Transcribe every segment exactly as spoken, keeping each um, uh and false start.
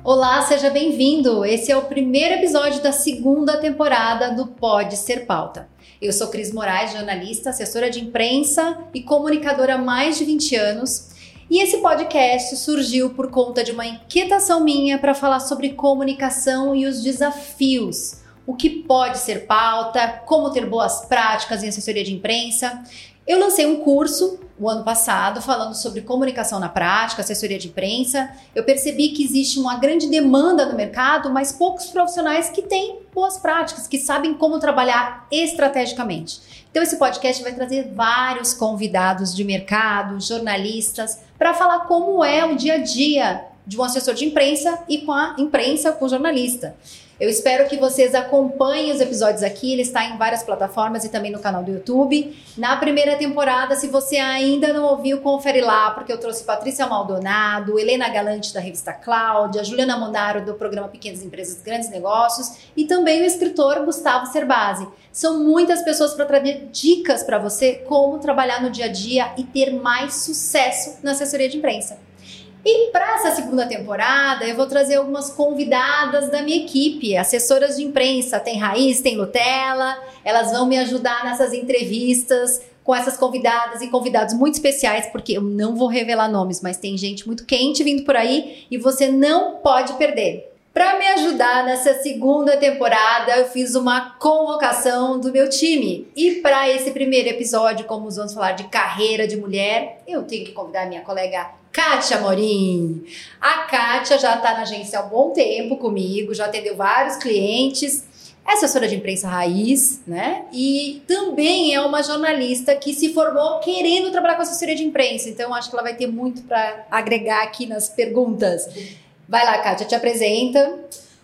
Olá, seja bem-vindo! Esse é o primeiro episódio da segunda temporada do Pode Ser Pauta. Eu sou Cris Moraes, jornalista, assessora de imprensa e comunicadora há mais de vinte anos. E esse podcast surgiu por conta de uma inquietação minha para falar sobre comunicação e os desafios. O que pode ser pauta, como ter boas práticas em assessoria de imprensa. Eu lancei um curso o ano passado falando sobre comunicação na prática, assessoria de imprensa. Eu percebi que existe uma grande demanda no mercado, mas poucos profissionais que têm boas práticas, que sabem como trabalhar estrategicamente. Então esse podcast vai trazer vários convidados de mercado, jornalistas, para falar como é o dia a dia de um assessor de imprensa e com a imprensa, com o jornalista. Eu espero que vocês acompanhem os episódios aqui, ele está em várias plataformas e também no canal do YouTube. Na primeira temporada, se você ainda não ouviu, confere lá, porque eu trouxe Patrícia Maldonado, Helena Galante da revista Cláudia, Juliana Monaro do programa Pequenas Empresas Grandes Negócios e também o escritor Gustavo Cerbasi. São muitas pessoas para trazer dicas para você como trabalhar no dia a dia e ter mais sucesso na assessoria de imprensa. E para essa segunda temporada, eu vou trazer algumas convidadas da minha equipe, assessoras de imprensa, tem Raiz, tem Nutella, elas vão me ajudar nessas entrevistas com essas convidadas e convidados muito especiais, porque eu não vou revelar nomes, mas tem gente muito quente vindo por aí e você não pode perder. Para me ajudar nessa segunda temporada, eu fiz uma convocação do meu time. E para esse primeiro episódio, como vamos falar de carreira de mulher, eu tenho que convidar a minha colega Kátia Amorim. A Kátia já está na agência há um bom tempo comigo, já atendeu vários clientes, é assessora de imprensa raiz, né? E também é uma jornalista que se formou querendo trabalhar com assessoria de imprensa. Então, acho que ela vai ter muito para agregar aqui nas perguntas. Vai lá, Kátia, te apresenta.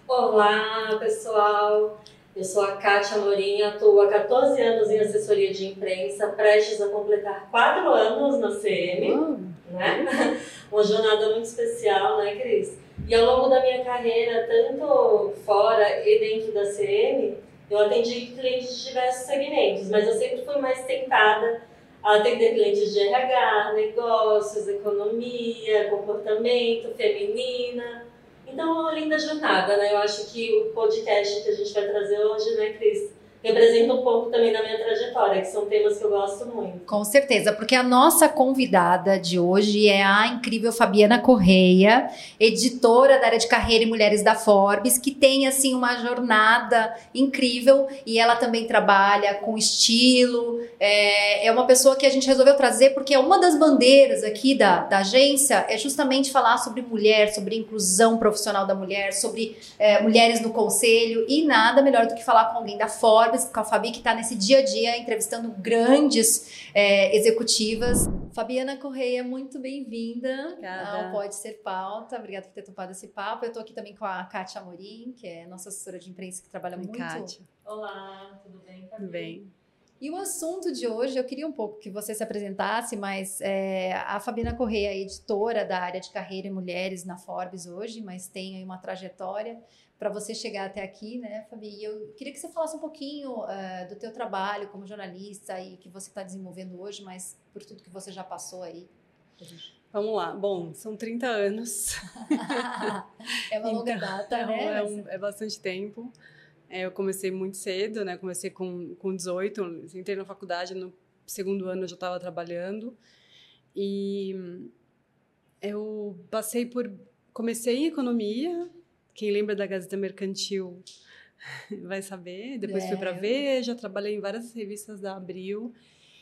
Olá, pessoal. Eu sou a Kátia Amorim, atuo há quatorze anos em assessoria de imprensa, prestes a completar quatro anos na C M, uhum. né? Uma jornada muito especial, né, Cris? E ao longo da minha carreira, tanto fora e dentro da C M, eu atendi clientes de diversos segmentos, mas eu sempre fui mais tentada a atender clientes de R H, negócios, economia, comportamento, feminina. Então, é uma linda jornada, né? Eu acho que o podcast que a gente vai trazer hoje, né, Cris, representa um pouco também da minha trajetória, que são temas que eu gosto muito. Com certeza, porque a nossa convidada de hoje é a incrível Fabiana Correia, editora da área de carreira e mulheres da Forbes, que tem, assim, uma jornada incrível e ela também trabalha com estilo. É, é uma pessoa que a gente resolveu trazer porque uma das bandeiras aqui da, da agência é justamente falar sobre mulher, sobre inclusão profissional da mulher, sobre é, mulheres no conselho e nada melhor do que falar com alguém da Forbes, com a Fabi, que está nesse dia a dia entrevistando grandes é, executivas. Fabiana Correia, muito bem-vinda ao Pode Ser Pauta. Obrigada por ter topado esse papo. Eu estou aqui também com a Kátia Amorim, que é nossa assessora de imprensa, que trabalha Oi, muito. Kátia. Olá, tudo bem? Tudo bem. E o assunto de hoje, eu queria um pouco que você se apresentasse, mas é, a Fabiana Correia é editora da área de carreira e mulheres na Forbes hoje, mas tem aí uma trajetória para você chegar até aqui, né, Fabi? E eu queria que você falasse um pouquinho uh, do teu trabalho como jornalista e que você está desenvolvendo hoje, mas por tudo que você já passou aí. Vamos lá. Bom, são trinta anos. É uma longa então, data, é, né? É, um, é bastante tempo. É, eu comecei muito cedo, né? Comecei com, com dezoito, entrei na faculdade, no segundo ano eu já estava trabalhando. E eu passei por... Comecei em economia. Quem lembra da Gazeta Mercantil vai saber. Depois é. fui para a Veja, trabalhei em várias revistas da Abril.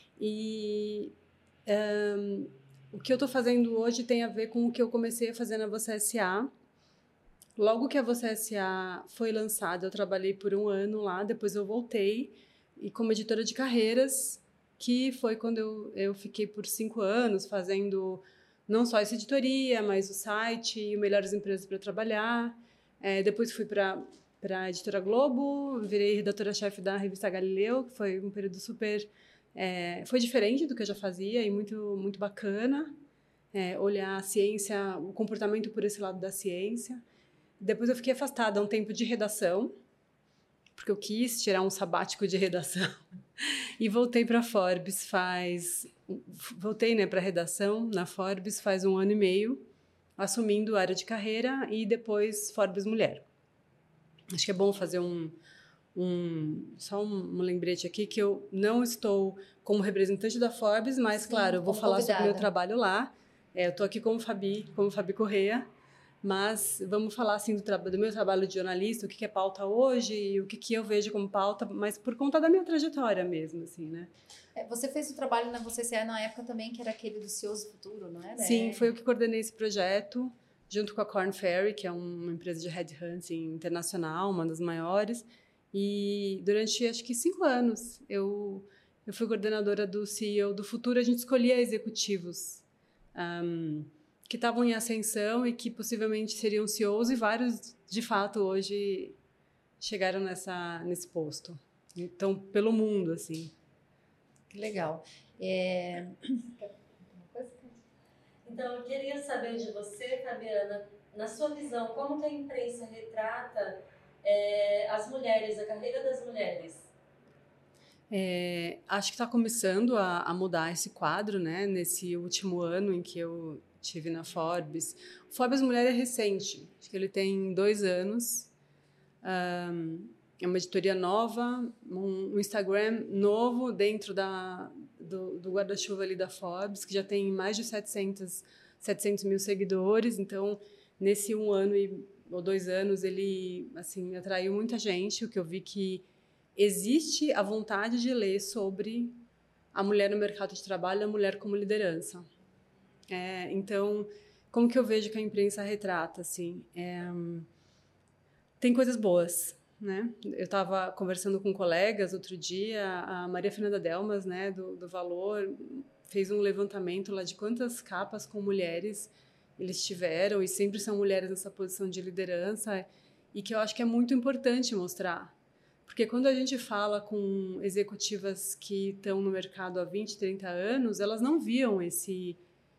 E um, o que eu estou fazendo hoje tem a ver com o que eu comecei a fazer na Você S A. Logo que a Você S A foi lançada, eu trabalhei por um ano lá, depois eu voltei e como editora de carreiras, que foi quando eu, eu fiquei por cinco anos fazendo não só essa editoria, mas o site e o Melhores Empresas para Trabalhar. É, depois fui para a Editora Globo, virei redatora-chefe da revista Galileu, que foi um período super... É, foi diferente do que eu já fazia e muito, muito bacana, é, olhar a ciência, o comportamento por esse lado da ciência. Depois eu fiquei afastada um tempo de redação, porque eu quis tirar um sabático de redação. E voltei para a Forbes faz... Voltei, né, para a redação na Forbes faz um ano e meio. assumindo a área de carreira e depois Forbes Mulher. Acho que é bom fazer um, um só um, um lembrete aqui que eu não estou como representante da Forbes, mas, Sim, claro, eu vou falar convidada. sobre o meu trabalho lá. É, eu estou aqui como Fabi, como Fabi Correia, mas vamos falar assim do, do meu trabalho de jornalista, o que, que é pauta hoje e o que, que eu vejo como pauta, mas por conta da minha trajetória mesmo, assim, né? É, você fez o trabalho na Você Se É na época também, que era aquele do C E Os do Futuro, não é? Sim, foi eu que coordenei esse projeto, junto com a Korn Ferry, que é uma empresa de headhunting internacional, uma das maiores, e durante, acho que cinco anos, eu, eu fui coordenadora do C E O do Futuro, a gente escolhia executivos um, que estavam em ascensão e que possivelmente seriam C E Os, e vários, de fato, hoje chegaram nessa, nesse posto. Então, pelo mundo, assim. Que legal. É... Então, eu queria saber de você, Fabiana, na sua visão, como que a imprensa retrata é, as mulheres, a carreira das mulheres? É, acho que está começando a, a mudar esse quadro, né? Nesse último ano em que eu tive na Forbes. O Forbes Mulher é recente, acho que ele tem dois anos. Um, é uma editoria nova, um, um Instagram novo dentro da, do, do guarda-chuva ali da Forbes, que já tem mais de setecentos mil seguidores. Então, nesse um ano e, ou dois anos, ele assim, atraiu muita gente, o que eu vi que existe a vontade de ler sobre a mulher no mercado de trabalho, a mulher como liderança. É, então, como que eu vejo que a imprensa retrata? Assim, é, tem coisas boas, né? Eu estava conversando com colegas outro dia, a Maria Fernanda Delmas, né, do, do Valor, fez um levantamento lá de quantas capas com mulheres eles tiveram, e sempre são mulheres nessa posição de liderança, e que eu acho que é muito importante mostrar. Porque quando a gente fala com executivas que estão no mercado há vinte, trinta anos, elas não viam esse,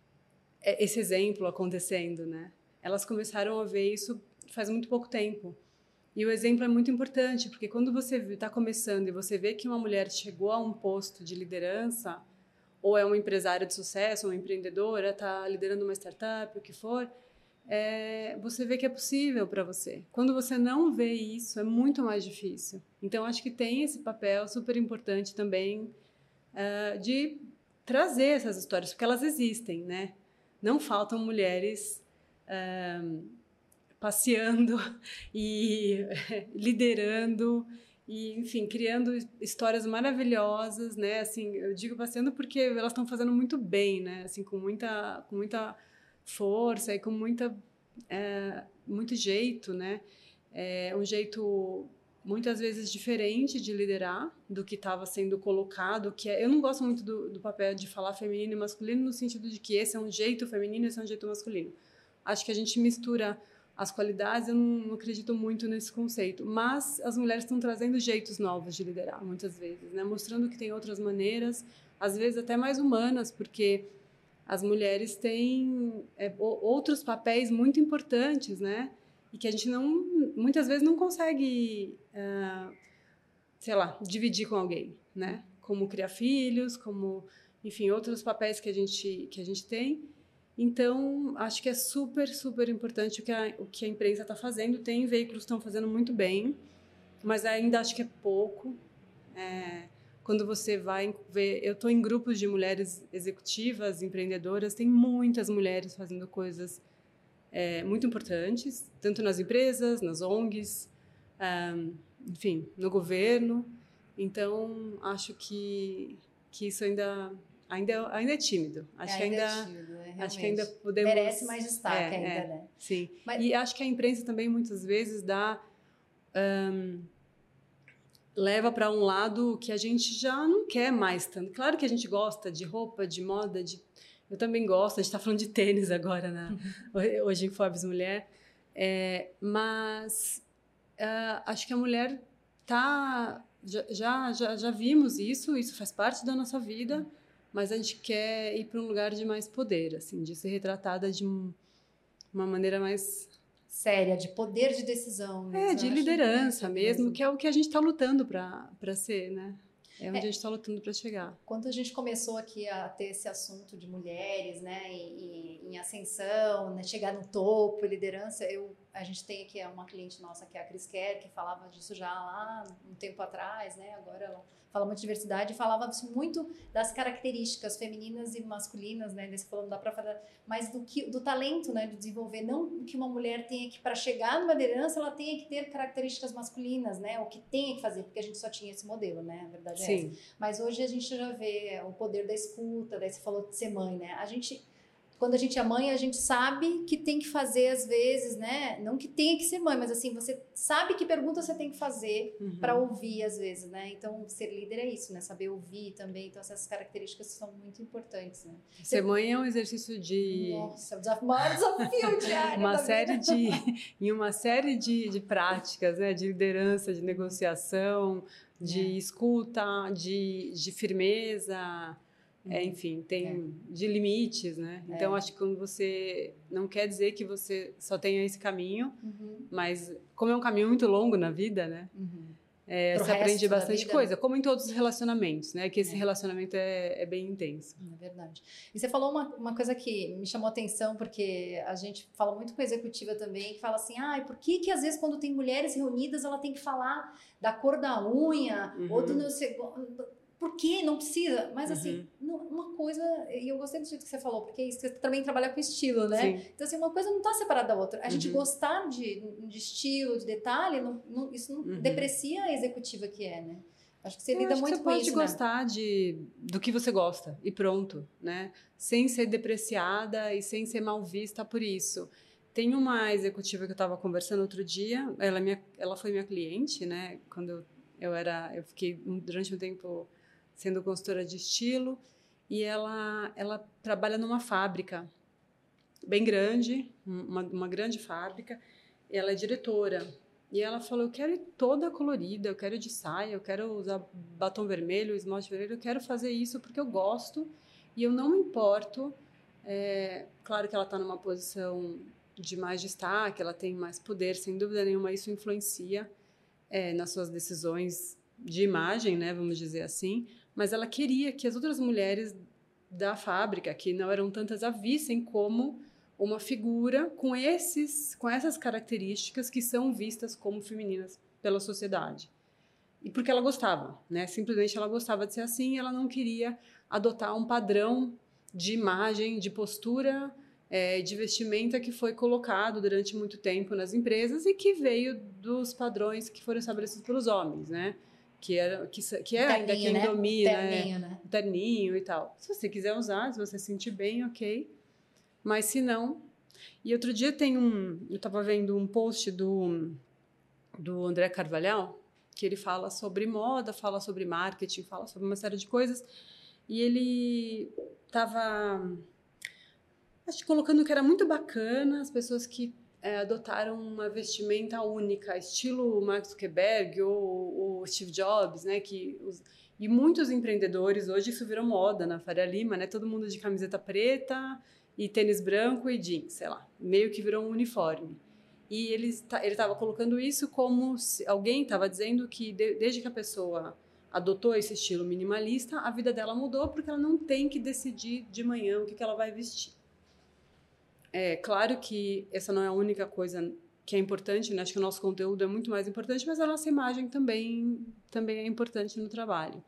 esse exemplo acontecendo, né? Elas começaram a ver isso faz muito pouco tempo. E o exemplo é muito importante, porque quando você está começando e você vê que uma mulher chegou a um posto de liderança, ou é uma empresária de sucesso, uma empreendedora, está liderando uma startup, o que for, é, você vê que é possível para você. Quando você não vê isso, é muito mais difícil. Então, acho que tem esse papel super importante também uh, de trazer essas histórias, porque elas existem, né? Não faltam mulheres uh, passeando e liderando e, enfim, criando histórias maravilhosas, né? Assim, eu digo passeando porque elas estão fazendo muito bem, né? Assim, com muita, com muita força e com muita, é, muito jeito, né? É um jeito muitas vezes diferente de liderar do que estava sendo colocado, que é, eu não gosto muito do, do papel de falar feminino e masculino no sentido de que esse é um jeito feminino e esse é um jeito masculino. Acho que a gente mistura as qualidades, eu não, não acredito muito nesse conceito, mas as mulheres estão trazendo jeitos novos de liderar, muitas vezes, né? Mostrando que tem outras maneiras, às vezes até mais humanas, porque as mulheres têm é, outros papéis muito importantes, né? E que a gente não, muitas vezes não consegue, uh, sei lá, dividir com alguém, né? Como criar filhos, como, enfim, outros papéis que a gente, que a gente tem. Então, acho que é super, super importante o que a, o que a imprensa está fazendo. Tem veículos que estão fazendo muito bem, mas ainda acho que é pouco. É, quando você vai ver... Eu estou em grupos de mulheres executivas, empreendedoras, tem muitas mulheres fazendo coisas é, muito importantes, tanto nas empresas, nas O N Gs, um, enfim, no governo. Então, acho que, que isso ainda... Ainda, ainda é tímido. Acho é, ainda, ainda é tímido, é, acho que ainda podemos... Merece mais destaque é, ainda, é, né? Sim. Mas... E acho que a imprensa também, muitas vezes, dá... Um, leva para um lado que a gente já não quer mais tanto. Claro que a gente gosta de roupa, de moda, de... Eu também gosto, a gente está falando de tênis agora, né? Uhum. Hoje em Forbes Mulher. É, mas uh, acho que a mulher tá... Já, já, já, já vimos isso, isso faz parte da nossa vida... Uhum. Mas a gente quer ir para um lugar de mais poder, assim, de ser retratada de um, uma maneira mais... séria, de poder de decisão. Mesmo. É, de liderança que é mesmo, mesmo, que é o que a gente está lutando para ser, né? É onde é. a gente está lutando para chegar. Quando a gente começou aqui a ter esse assunto de mulheres, né, em, em ascensão, né, chegar no topo, liderança. Eu, a gente tem aqui uma cliente nossa, que é a Cris Kerr, que falava disso já lá um tempo atrás, né? Agora ela fala muito de diversidade e falava muito das características femininas e masculinas, né? Desse falando, dá para falar, mas do que do talento, né? De desenvolver, não que uma mulher tenha que, para chegar numa liderança, ela tenha que ter características masculinas, né? O que tenha que fazer, porque a gente só tinha esse modelo, né? A verdade Sim. é essa. Mas hoje a gente já vê o poder da escuta, daí você falou de ser mãe, né? A gente, quando a gente é mãe, a gente sabe que tem que fazer às vezes, né? Não que tenha que ser mãe, mas assim, você sabe que pergunta você tem que fazer uhum. para ouvir às vezes, né? Então, ser líder é isso, né? Saber ouvir também. Então, essas características são muito importantes, né? Ser você... mãe é um exercício de... Nossa, é o desafio, maior desafio diário. uma série de, em uma série de, de práticas, né? De liderança, de negociação, de é. escuta, de, de firmeza... É, enfim, tem é. de limites, né? Então, é. acho que quando você... Não quer dizer que você só tenha esse caminho, uhum. mas como é um caminho muito longo na vida, né? Uhum. É, você aprende bastante coisa, como em todos os relacionamentos, né? Que esse é. relacionamento é, é bem intenso. É verdade. E você falou uma, uma coisa que me chamou a atenção, porque a gente fala muito com a executiva também, que fala assim, ah, por que que às vezes quando tem mulheres reunidas, ela tem que falar da cor da unha, uhum. ou do meu segundo... Por quê? Não precisa. Mas, assim, uhum. uma coisa... E eu gostei do jeito que você falou, porque isso, você também trabalha com estilo, né? Sim. Então, assim, uma coisa não está separada da outra. A uhum. gente gostar de, de estilo, de detalhe, não, não, isso não uhum. deprecia a executiva que é, né? Acho que você eu lida muito você com isso, Você pode gostar né? de, do que você gosta e pronto, né? Sem ser depreciada e sem ser mal vista por isso. Tem uma executiva que eu estava conversando outro dia, ela, é minha, ela foi minha cliente, né? Quando eu, eu era... Eu fiquei durante um tempo... sendo consultora de estilo, e ela, ela trabalha numa fábrica bem grande, uma, uma grande fábrica, ela é diretora, e ela falou, eu quero ir toda colorida, eu quero ir de saia, eu quero usar batom vermelho, esmalte vermelho, eu quero fazer isso porque eu gosto, e eu não me importo, é, claro que ela está numa posição de mais destaque, ela tem mais poder, sem dúvida nenhuma, isso influencia é, nas suas decisões de imagem, né, vamos dizer assim, mas ela queria que as outras mulheres da fábrica, que não eram tantas, a vissem como uma figura com, esses, com essas características que são vistas como femininas pela sociedade. E porque ela gostava, né? Simplesmente ela gostava de ser assim e ela não queria adotar um padrão de imagem, de postura, é, de vestimenta que foi colocado durante muito tempo nas empresas e que veio dos padrões que foram estabelecidos pelos homens, né? Que, era, que, que é ainda quem né? domina, terninho, né? né? terninho e tal. Se você quiser usar, se você se sentir bem, ok. Mas se não... E outro dia tem um... Eu estava vendo um post do, do André Carvalhal, que ele fala sobre moda, fala sobre marketing, fala sobre uma série de coisas. E ele estava... Acho que colocando que era muito bacana as pessoas que É, adotaram uma vestimenta única, estilo Mark Zuckerberg ou, ou Steve Jobs, né? Que os, e muitos empreendedores, hoje isso virou moda na Faria Lima, né? Todo mundo de camiseta preta e tênis branco e jeans, sei lá, meio que virou um uniforme. E ele estava colocando isso como se alguém estava dizendo que de, desde que a pessoa adotou esse estilo minimalista, a vida dela mudou porque ela não tem que decidir de manhã o que, que ela vai vestir. É claro que essa não é a única coisa que é importante, né? Acho que o nosso conteúdo é muito mais importante, mas a nossa imagem também, também é importante no trabalho.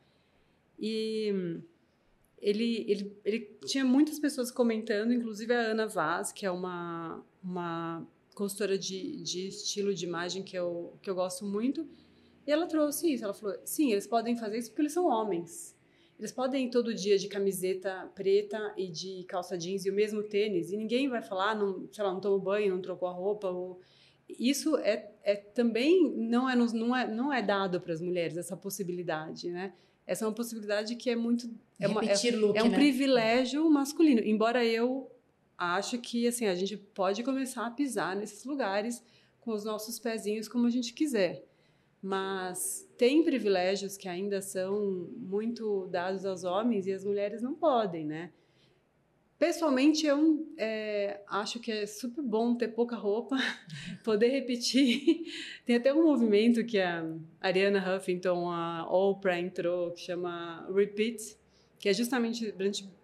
E ele, ele, ele tinha muitas pessoas comentando, inclusive a Ana Vaz, que é uma, uma consultora de, de estilo de imagem que eu, que eu gosto muito, e ela trouxe isso, ela falou, sim, eles podem fazer isso porque eles são homens. Eles podem ir todo dia de camiseta preta e de calça jeans e o mesmo tênis, e ninguém vai falar, não, sei lá, não tomou banho, não trocou a roupa. Ou... Isso é, é também não é, não, é, não é dado para as mulheres, essa possibilidade, né? Essa é uma possibilidade que é muito... É, uma, é, look, é um né? privilégio masculino, embora eu acho que assim, a gente pode começar a pisar nesses lugares com os nossos pezinhos como a gente quiser. Mas tem privilégios que ainda são muito dados aos homens e as mulheres não podem, né? Pessoalmente, eu é, acho que é super bom ter pouca roupa, poder repetir. Tem até um movimento que a Arianna Huffington, a Oprah entrou, que chama Repeat, que é justamente durante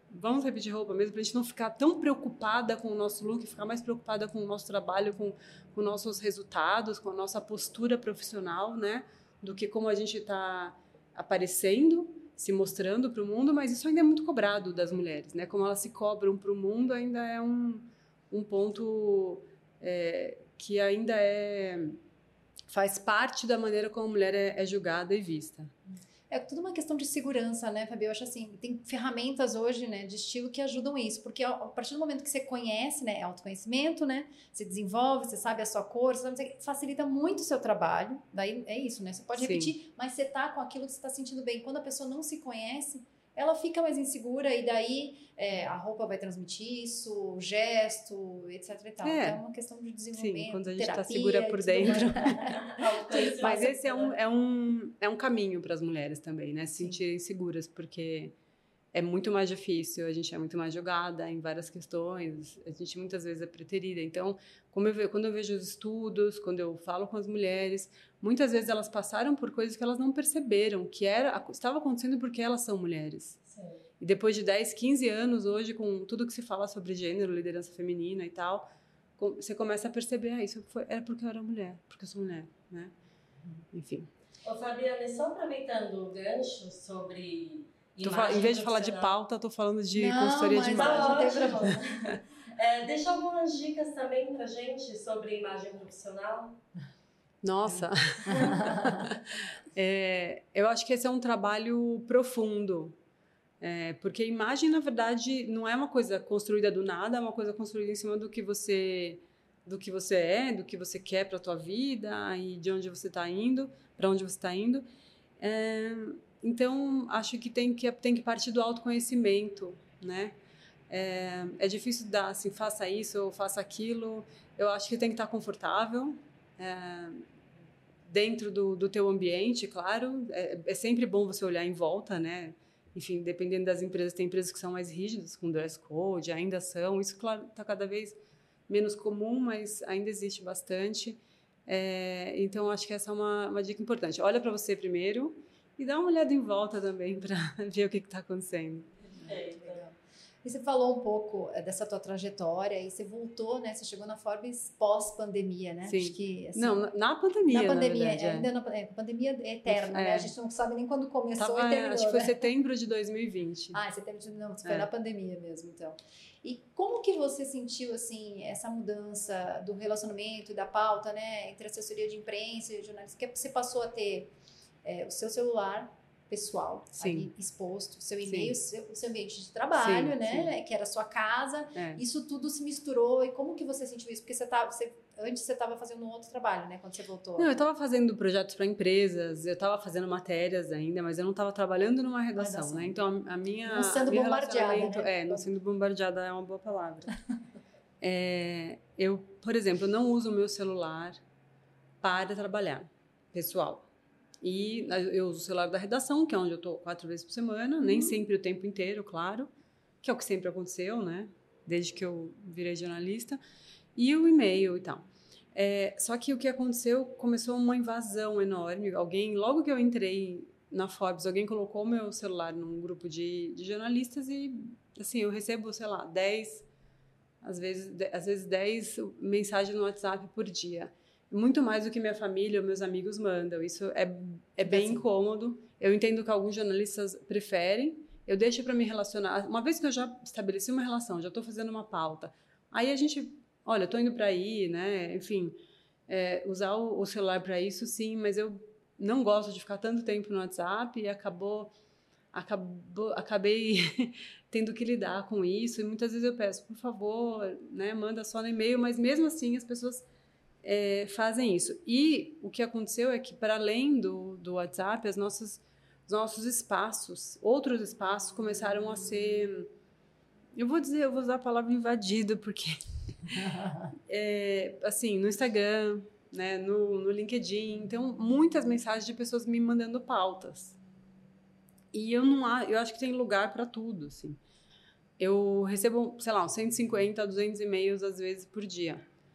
vamos repetir roupa mesmo, pra gente não ficar tão preocupada com o nosso look, ficar mais preocupada com o nosso trabalho, com, com nossos resultados, com a nossa postura profissional, né? Do que como a gente está aparecendo, se mostrando para o mundo, mas isso ainda é muito cobrado das mulheres, né? Como elas se cobram para o mundo, ainda é um, um ponto é, que ainda é, faz parte da maneira como a mulher é, é julgada e vista. É tudo uma questão de segurança, né, Fabi? Eu acho assim, tem ferramentas hoje, né, de estilo que ajudam isso, porque a partir do momento que você conhece, né, é autoconhecimento, né, você desenvolve, você sabe a sua cor, você sabe, facilita muito o seu trabalho, daí é isso, né, você pode Sim. repetir, mas você tá com aquilo que você tá sentindo bem. Quando a pessoa não se conhece, ela fica mais insegura e daí é, a roupa vai transmitir isso, o gesto, etc e tal. É. Então é uma questão de desenvolvimento, Sim, quando a gente terapia, está segura por tudo dentro. mais. Mas esse é um, é um, é um caminho para as mulheres também, né? Se sentirem seguras, porque é muito mais difícil, a gente é muito mais julgada em várias questões, a gente muitas vezes é preterida. Então, como eu ve, quando eu vejo os estudos, quando eu falo com as mulheres, muitas vezes elas passaram por coisas que elas não perceberam, que era, estava acontecendo porque elas são mulheres. Sim. E depois de dez, quinze anos, hoje, com tudo que se fala sobre gênero, liderança feminina e tal, você começa a perceber, ah, isso foi, era porque eu era mulher, porque eu sou mulher, né? Enfim. Ô, Fabiana, só aproveitando o gancho sobre... Fal- em vez de falar de pauta, eu tô falando de Não, consultoria de mas imagem. não tem Tá problema. ótimo. É, deixa algumas dicas também pra gente sobre imagem profissional. Nossa! É, eu acho que esse é um trabalho profundo. É, porque imagem, na verdade, não é uma coisa construída do nada, é uma coisa construída em cima do que você, do que você é, do que você quer para a tua vida e de onde você está indo, para onde você está indo. É, então, acho que tem, que tem que partir do autoconhecimento, né? É, é difícil dar assim, faça isso ou faça aquilo. Eu acho que tem que estar confortável, é, dentro do, do teu ambiente, claro. É, é sempre bom você olhar em volta, né? Enfim, dependendo das empresas, tem empresas que são mais rígidas, com dress code, ainda são. Isso, claro, está cada vez menos comum, mas ainda existe bastante. É, então, acho que essa é uma, uma dica importante. Olha para você primeiro e dá uma olhada em volta também para ver o que está acontecendo. É, Legal. E você falou um pouco dessa tua trajetória e você voltou, né? Você chegou na Forbes pós-pandemia, né? Sim. Acho que, assim, não, na, na pandemia, na pandemia, na verdade, é, ainda é. na é, pandemia eterna, É. né? A gente não sabe nem quando começou Tava, e terminou, acho que foi né? setembro de dois mil e vinte. Ah, setembro de... Não, foi É. na pandemia mesmo, então. E como que você sentiu, assim, essa mudança do relacionamento e da pauta, né? Entre assessoria de imprensa e jornalista, que você passou a ter é, o seu celular pessoal Sim. ali exposto, o seu e-mail, o Sim. seu, o seu ambiente de trabalho, Sim, né? Que era a sua casa. É. Isso tudo se misturou. E como que você sentiu isso? Porque você tava, você, antes você estava fazendo um outro trabalho, né? Quando você voltou. Não, eu estava fazendo projetos para empresas, eu estava fazendo matérias ainda, mas eu não estava trabalhando numa redação, Redação. né? Então, a, a minha... Não sendo meu bombardeada, relacionamento- né? É, não sendo bombardeada é uma boa palavra. É, eu, por exemplo, não uso o meu celular para trabalhar, pessoal. E eu uso o celular da redação, que é onde eu estou quatro vezes por semana, nem sempre o tempo inteiro, claro, que é o que sempre aconteceu, né? Desde que eu virei jornalista. E o e-mail e tal. É, só que o que aconteceu, começou uma invasão enorme. Alguém, logo que eu entrei na Forbes, alguém colocou meu celular num grupo de, de jornalistas e, assim, eu recebo, sei lá, dez, às vezes, de, às vezes dez mensagens no WhatsApp por dia. Muito mais do que minha família ou meus amigos mandam. Isso é, é bem assim. incômodo. Eu entendo que alguns jornalistas preferem. Eu deixo para me relacionar. Uma vez que eu já estabeleci uma relação, já estou fazendo uma pauta, aí a gente... Olha, estou indo para aí, né? Enfim, é, usar o, o celular para isso, sim, mas eu não gosto de ficar tanto tempo no WhatsApp e acabou, acabou, acabei tendo que lidar com isso. E muitas vezes eu peço, por favor, né, manda só no e-mail, mas mesmo assim as pessoas é, fazem isso. E o que aconteceu é que, para além do, do WhatsApp, as nossas, os nossos espaços, outros espaços começaram a ser... Eu vou dizer, eu vou usar a palavra invadido, porque... É, assim, no Instagram, né, no, no LinkedIn, então muitas mensagens de pessoas me mandando pautas. E eu não eu acho que tem lugar para tudo, assim. Eu recebo, sei lá, uns cento e cinquenta, duzentos e-mails às vezes por dia.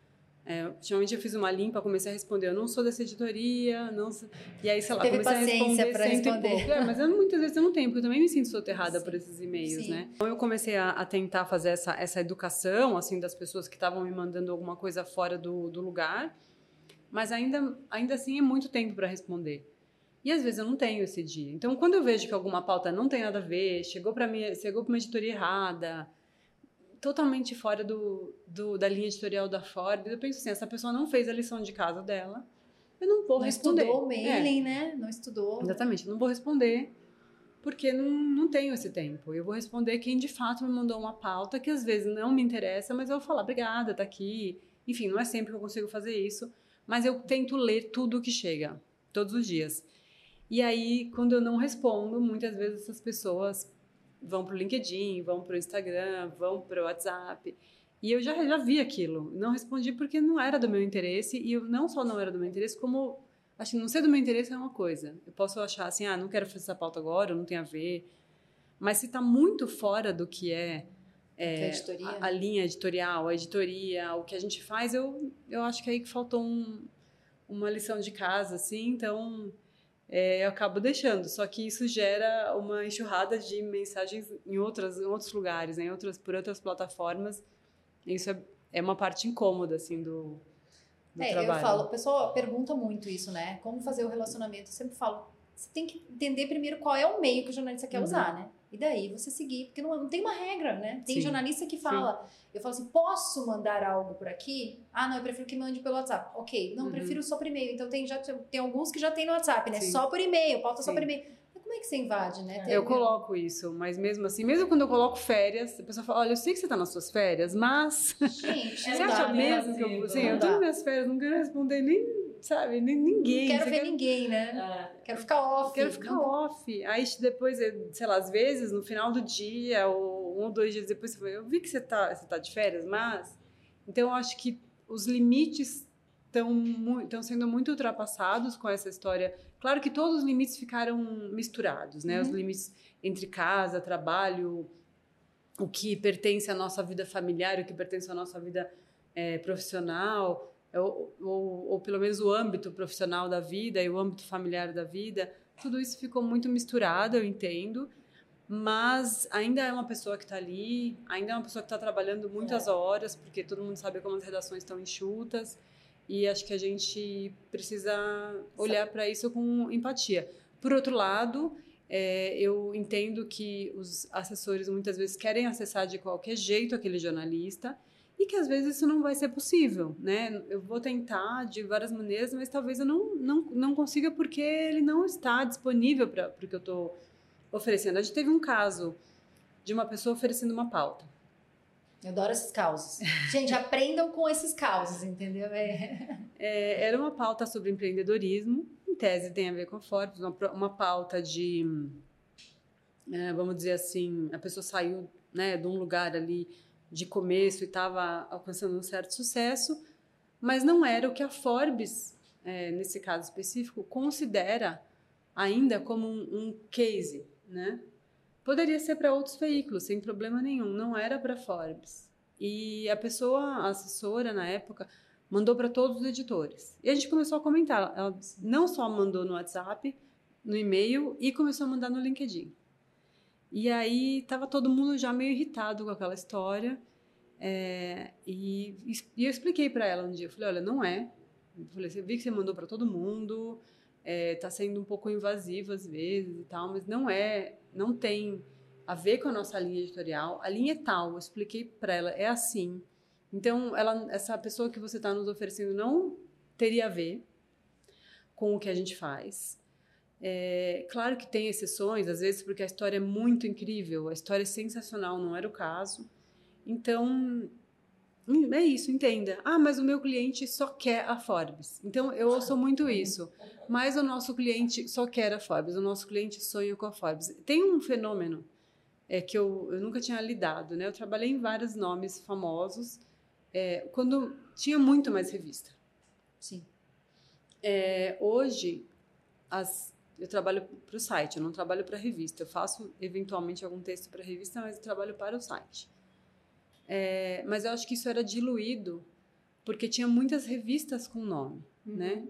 É, ultimamente eu fiz uma limpa, comecei a responder, eu não sou dessa editoria, não sou... e aí, sei lá, Teve comecei a responder pra cento responder. e pouco. É, mas eu, muitas vezes eu não tenho, porque eu também me sinto soterrada Sim. por esses e-mails, Sim. né? Então eu comecei a, a tentar fazer essa, essa educação, assim, das pessoas que estavam me mandando alguma coisa fora do, do lugar, mas ainda, ainda assim é muito tempo para responder. E às vezes eu não tenho esse dia. Então, quando eu vejo que alguma pauta não tem nada a ver, chegou para mim, chegou para uma editoria errada, totalmente fora do, do, da linha editorial da Forbes, eu penso assim, essa pessoa não fez a lição de casa dela, eu não vou não responder. Não estudou o mailing, é. né? Não estudou. Exatamente, eu não vou responder, porque não, não tenho esse tempo. Eu vou responder quem de fato me mandou uma pauta que às vezes não me interessa, mas eu vou falar, obrigada, tá aqui. Enfim, não é sempre que eu consigo fazer isso, mas eu tento ler tudo que chega, todos os dias. E aí, quando eu não respondo, muitas vezes essas pessoas vão pro LinkedIn, vão pro Instagram, vão pro WhatsApp. E eu já, já vi aquilo. Não respondi porque não era do meu interesse. E eu não só não era do meu interesse, como... Acho que não ser do meu interesse é uma coisa. Eu posso achar assim, ah, não quero fazer essa pauta agora, não tem a ver. Mas se está muito fora do que é, é a, a linha editorial, a editoria, o que a gente faz, eu, eu acho que aí que faltou um, uma lição de casa, assim. Então... É, eu acabo deixando, só que isso gera uma enxurrada de mensagens em, outras, em outros lugares, né? em outras, por outras plataformas. Isso é, é uma parte incômoda, assim, do, do é, trabalho. Eu falo, o pessoal pergunta muito isso, né? Como fazer o relacionamento? Eu sempre falo, você tem que entender primeiro qual é o meio que o jornalista quer uhum. usar, né? E daí você seguir, porque não, não tem uma regra, né? Tem Sim. jornalista que fala, Sim. eu falo assim, posso mandar algo por aqui? Ah, não, eu prefiro que mande pelo WhatsApp. Ok, não, uhum. prefiro só por e-mail. Então tem, já, tem alguns que já tem no WhatsApp, né? Sim. Só por e-mail, pauta Sim. só por e-mail. Mas como é que você invade, né? É. Eu coloco isso, mas mesmo assim, mesmo quando eu coloco férias, a pessoa fala, olha, eu sei que você tá nas suas férias, mas... Gente, você acha mesmo que eu... Assim, eu tô nas minhas férias, não quero responder nem... Sabe, nem ninguém. Não quero ver quer... ninguém, né? É. Quero ficar off. Quero ficar não off. Dá. Aí depois, sei lá, às vezes, no final do dia, ou um ou dois dias depois, você fala, eu vi que você tá, você tá de férias, mas... Então, eu acho que os limites estão sendo muito ultrapassados com essa história. Claro que todos os limites ficaram misturados, né? Uhum. Os limites entre casa, trabalho, o que pertence à nossa vida familiar, o que pertence à nossa vida é, profissional... Ou, ou, ou pelo menos o âmbito profissional da vida e o âmbito familiar da vida, tudo isso ficou muito misturado, eu entendo, mas ainda é uma pessoa que está ali, ainda é uma pessoa que está trabalhando muitas é. horas, porque todo mundo sabe como as redações estão enxutas, e acho que a gente precisa olhar para isso com empatia. Por outro lado, é, eu entendo que os assessores muitas vezes querem acessar de qualquer jeito aquele jornalista, e que às vezes isso não vai ser possível, né? Eu vou tentar de várias maneiras, mas talvez eu não, não, não consiga porque ele não está disponível para o que eu estou oferecendo. A gente teve um caso de uma pessoa oferecendo uma pauta. Eu adoro esses causos. Gente, aprendam com esses causos, entendeu? É. É, era uma pauta sobre empreendedorismo, em tese tem a ver com a Forbes, uma, uma pauta de, é, vamos dizer assim, a pessoa saiu, né, de um lugar ali de começo e estava alcançando um certo sucesso, mas não era o que a Forbes, é, nesse caso específico, considera ainda como um, um case, né? Poderia ser para outros veículos, sem problema nenhum, não era para a Forbes. E a pessoa, a assessora na época, mandou para todos os editores. E a gente começou a comentar, ela não só mandou no WhatsApp, no e-mail, e começou a mandar no LinkedIn. E aí estava todo mundo já meio irritado com aquela história. É, e, e eu expliquei para ela um dia, eu falei, olha, não é. Eu falei, você vi que você mandou para todo mundo, é, tá sendo um pouco invasivo às vezes e tal, mas não é, não tem a ver com a nossa linha editorial. A linha é tal, eu expliquei para ela, é assim. Então, ela, essa pessoa que você está nos oferecendo não teria a ver com o que a gente faz. É, claro que tem exceções, às vezes porque a história é muito incrível, a história é sensacional, não era o caso. Então, é isso, entenda. Ah, mas o meu cliente só quer a Forbes. Então, eu ouço muito isso. Mas o nosso cliente só quer a Forbes, o nosso cliente sonha com a Forbes. Tem um fenômeno é, que eu, eu nunca tinha lidado, né? Eu trabalhei em vários nomes famosos, é, quando tinha muito mais revista. Sim. É, hoje, as... eu trabalho para o site, eu não trabalho para a revista. Eu faço, eventualmente, algum texto para a revista, mas eu trabalho para o site. É, mas eu acho que isso era diluído porque tinha muitas revistas com nome, Uhum. né?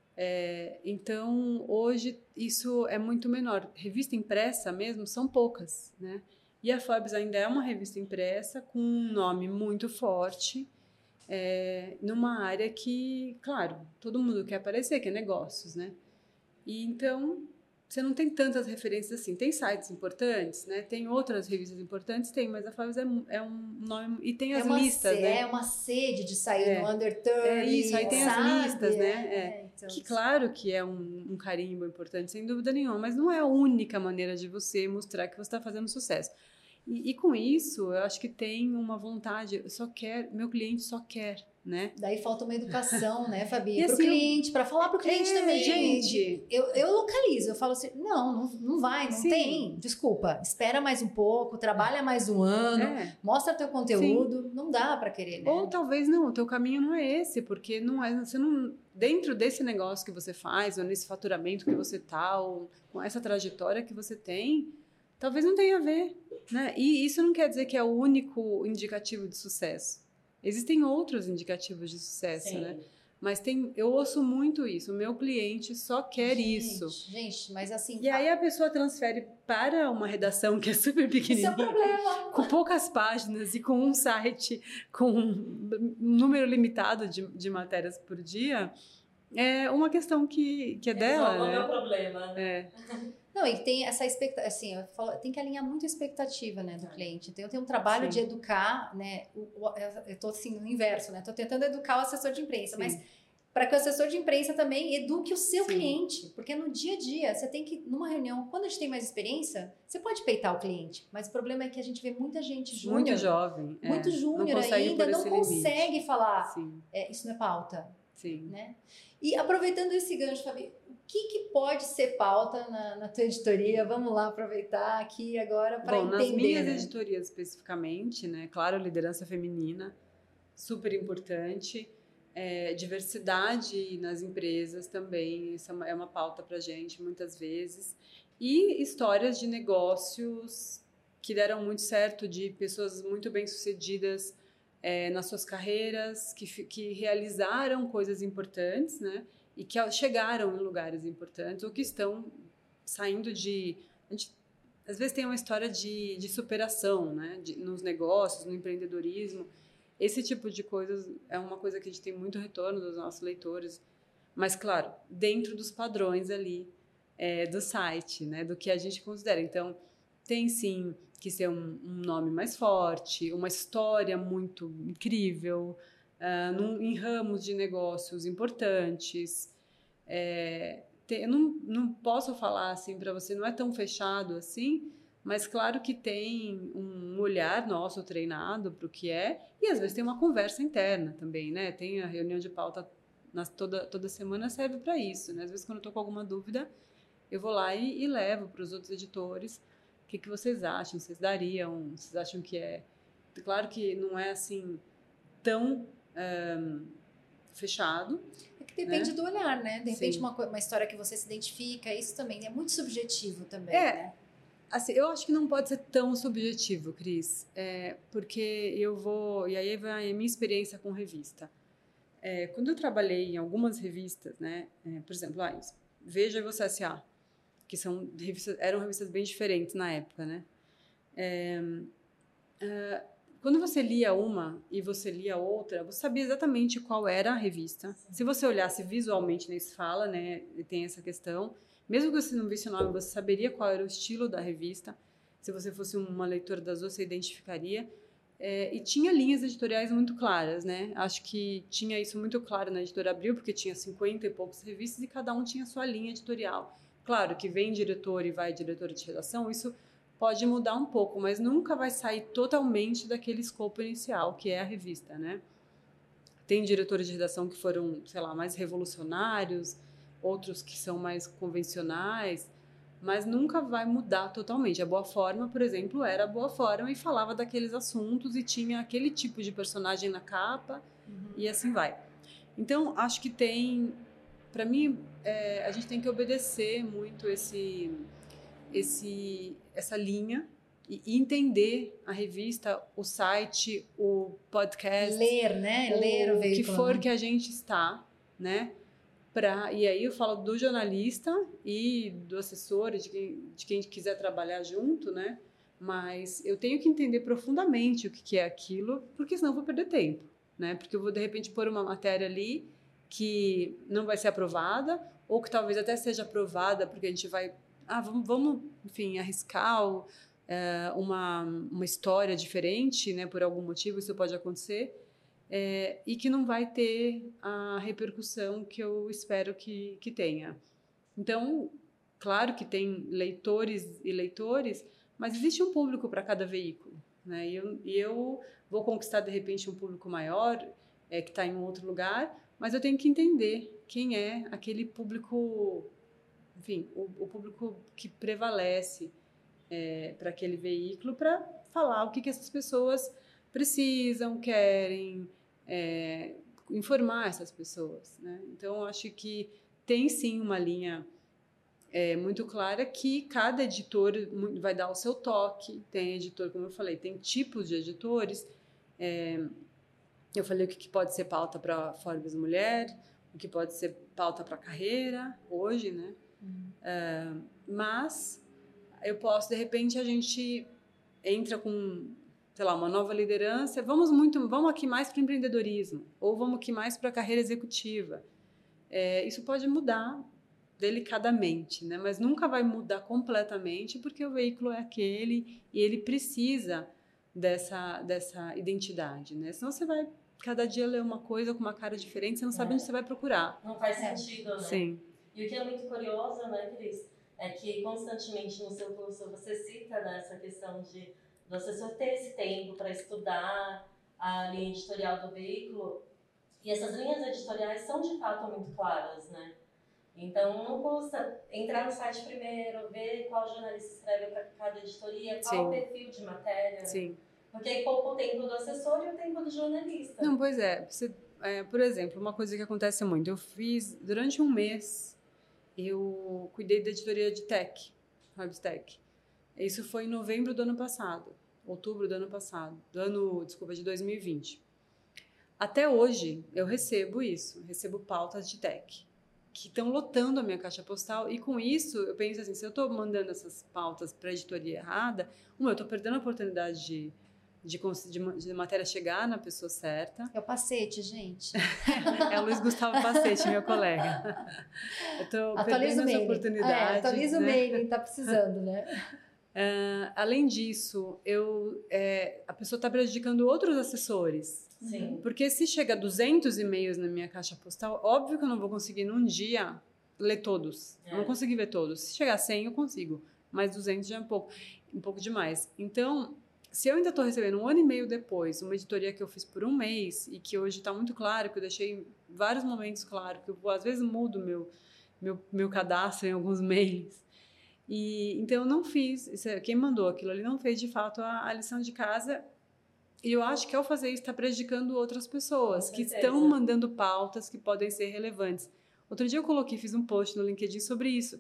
É, então, hoje, isso é muito menor. Revista impressa mesmo, são poucas, né? E a Forbes ainda é uma revista impressa com um nome muito forte, é, numa área que, claro, todo mundo quer aparecer, que é negócios, né? E então, você não tem tantas referências assim. Tem sites importantes, né? Tem outras revistas importantes, tem, mas a Forbes é, é um nome... E tem É as uma listas, se- né? É uma sede de sair É. no Under trinta, É isso, aí tem as sabe? listas, né? É, É. então, Que claro que é um, um carimbo importante, sem dúvida nenhuma, mas não é a única maneira de você mostrar que você está fazendo sucesso. E, e com isso, eu acho que tem uma vontade, eu só quer, meu cliente só quer, né? Daí falta uma educação, né, Fabi? E Para o assim, cliente, para falar para o cliente É, também. gente. Eu, eu localizo, eu falo assim: não, não, não vai, não Sim. tem. Desculpa, espera mais um pouco, trabalha mais um ano, É. mostra teu conteúdo. Não dá para querer, né? Ou talvez não, o teu caminho não é esse, porque não é, você não, dentro desse negócio que você faz, ou nesse faturamento que você tá, ou com essa trajetória que você tem, talvez não tenha a ver, né? E isso não quer dizer que é o único indicativo de sucesso. Existem outros indicativos de sucesso, Sim. né? Mas tem, eu ouço muito isso, o meu cliente só quer Gente, isso. Gente, mas assim. E aí a pessoa transfere para uma redação que é super Esse é pequenininha, o problema. com poucas páginas e com um site com um número limitado de, de matérias por dia, é uma questão que, que é dela, Resolve o meu né? problema, né? É. Não, e tem essa expectativa, assim, eu falo, tem que alinhar muito a expectativa, né, do cliente. Então, eu tenho um trabalho Sim. de educar, né, o, o, eu tô assim, no inverso, né, tô tentando educar o assessor de imprensa, Sim. mas para que o assessor de imprensa também eduque o seu Sim. cliente, porque no dia a dia, você tem que, numa reunião, quando a gente tem mais experiência, você pode peitar o cliente, mas o problema é que a gente vê muita gente júnior, Muito jovem. é. muito júnior Não consegue ainda, pôr não esse consegue limite. falar, Sim, é, isso não é pauta, sim. né? E aproveitando esse gancho, Fabi, o que, que pode ser pauta na, na tua editoria? Vamos lá aproveitar aqui agora para Bom, entender. nas minhas né? editorias especificamente, né? Claro, liderança feminina, super importante. É, diversidade nas empresas também, isso é uma, é uma pauta pra gente muitas vezes. E histórias de negócios que deram muito certo, de pessoas muito bem-sucedidas é, nas suas carreiras, que, que realizaram coisas importantes, né? E que chegaram em lugares importantes ou que estão saindo de... A gente, às vezes tem uma história de, de superação, né? De, nos negócios, no empreendedorismo. Esse tipo de coisas é uma coisa que a gente tem muito retorno dos nossos leitores. Mas, claro, dentro dos padrões ali é, do site, né? Do que a gente considera. Então, tem sim que ser um, um nome mais forte, uma história muito incrível, uh, num, em ramos de negócios importantes. É, tem, eu não, não posso falar assim para você, não é tão fechado assim, mas claro que tem um olhar nosso treinado para o que é, e às vezes tem uma conversa interna também, né? Tem a reunião de pauta nas, toda, toda semana, serve para isso, né? Às vezes quando eu estou com alguma dúvida, eu vou lá e, e levo para os outros editores. O que, que vocês acham? Vocês dariam? Vocês acham que é... Claro que não é assim tão um, fechado. É que depende né? do olhar, né? De repente Sim. uma, uma história que você se identifica, isso também é muito subjetivo também, É. né? Assim, eu acho que não pode ser tão subjetivo, Cris, é, porque eu vou... E aí vai a minha experiência com revista. É, quando eu trabalhei em algumas revistas, né? É, por exemplo, ah, Veja e Você S A, que são revistas, eram revistas bem diferentes na época, né? É, é, quando você lia uma e você lia outra, você sabia exatamente qual era a revista. Sim. Se você olhasse visualmente na esfala, né, tem essa questão. Mesmo que você não visse o nome, você saberia qual era o estilo da revista. Se você fosse uma leitora das duas, você identificaria. É, e tinha linhas editoriais muito claras, né? Acho que tinha isso muito claro na Editora Abril, porque tinha cinquenta e poucas revistas e cada um tinha sua linha editorial. Claro que vem diretor e vai diretora de redação, isso pode mudar um pouco, mas nunca vai sair totalmente daquele escopo inicial, que é a revista, né? Tem diretores de redação que foram, sei lá, mais revolucionários, outros que são mais convencionais, mas nunca vai mudar totalmente. A Boa Forma, por exemplo, era a Boa Forma e falava daqueles assuntos e tinha aquele tipo de personagem na capa, uhum. E assim vai. Então, acho que tem... Para mim, é, a gente tem que obedecer muito esse, esse, essa linha e, e entender a revista, o site, o podcast. Ler, né? Ler o, o veículo. O que for né? que a gente está, né? Pra, e aí eu falo do jornalista e do assessor, de quem, de quem quiser trabalhar junto, né? Mas eu tenho que entender profundamente o que, que é aquilo, porque senão eu vou perder tempo, né? Porque eu vou, de repente, pôr uma matéria ali que não vai ser aprovada, ou que talvez até seja aprovada, porque a gente vai... Ah, vamos, vamos enfim, arriscar o, é, uma, uma história diferente, né? Por algum motivo, isso pode acontecer. É, e que não vai ter a repercussão que eu espero que, que tenha. Então, claro que tem leitores e leitores, mas existe um público para cada veículo, né? E eu, e eu vou conquistar, de repente, um público maior, é, que está em um outro lugar, mas eu tenho que entender quem é aquele público, enfim, o, o público que prevalece é, para aquele veículo, para falar o que, que essas pessoas precisam, querem, é, informar essas pessoas, né? Então, acho que tem sim uma linha é, muito clara que cada editor vai dar o seu toque. Tem editor, como eu falei, tem tipos de editores. É, eu falei o que pode ser pauta para Forbes Mulher, o que pode ser pauta para carreira, hoje, né? Uhum. É, mas eu posso, de repente, a gente entra com... sei lá, uma nova liderança, vamos muito, vamos aqui mais para o empreendedorismo, ou vamos aqui mais para a carreira executiva. É, isso pode mudar delicadamente, né? Mas nunca vai mudar completamente, porque o veículo é aquele e ele precisa dessa, dessa identidade, né? Senão você vai cada dia ler uma coisa com uma cara diferente, você não sabe é. onde você vai procurar. Não faz sentido, né? Sim. E o que é muito curioso, né, Cris, é que constantemente no seu curso você cita, né, essa questão de do assessor ter esse tempo para estudar a linha editorial do veículo, e essas linhas editoriais são de fato muito claras, né? Então não custa entrar no site primeiro, ver qual jornalista escreve para cada editoria, qual Sim. o perfil de matéria. Sim. Porque aí pouco o tempo do assessor e o tempo do jornalista. Não, pois é. Você, é. Por exemplo, uma coisa que acontece muito, eu fiz durante um mês, eu cuidei da editoria de tech, Webtech. Isso foi em novembro do ano passado, outubro do ano passado, do ano, desculpa, de dois mil e vinte. Até hoje, eu recebo isso, recebo pautas de tech, que estão lotando a minha caixa postal, e com isso, eu penso assim, se eu estou mandando essas pautas para a editoria errada, uma, eu estou perdendo a oportunidade de, de, de, de matéria chegar na pessoa certa. É o Pacete, gente. É o Luiz Gustavo Pacete, meu colega. Eu estou perdendo essa oportunidade. É, atualiza né? o mailing, está precisando, né? Uh, além disso, eu, é, a pessoa está prejudicando outros assessores. Sim. Porque se chega a duzentos e-mails na minha caixa postal, óbvio que eu não vou conseguir num dia ler todos. É. Eu não consegui ver todos. Se chegar a cem, eu consigo. Mas duzentos já é um pouco, um pouco demais. Então, se eu ainda estou recebendo um ano e meio depois, uma editoria que eu fiz por um mês e que hoje está muito claro, que eu deixei em vários momentos claro, que eu às vezes mudo meu, meu, meu cadastro em alguns mails. E, então, eu não fiz, isso é, quem mandou aquilo ali não fez de fato a, a lição de casa, e eu acho que ao fazer isso está prejudicando outras pessoas que estão mandando pautas que podem ser relevantes. Outro dia eu coloquei, fiz um post no LinkedIn sobre isso.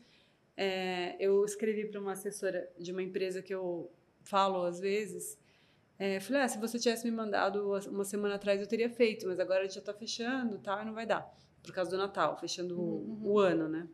É, eu escrevi para uma assessora de uma empresa que eu falo às vezes, é, falei, ah, se você tivesse me mandado uma semana atrás eu teria feito, mas agora a gente já está fechando, tá, e não vai dar, por causa do Natal, fechando uhum. o, o ano, né?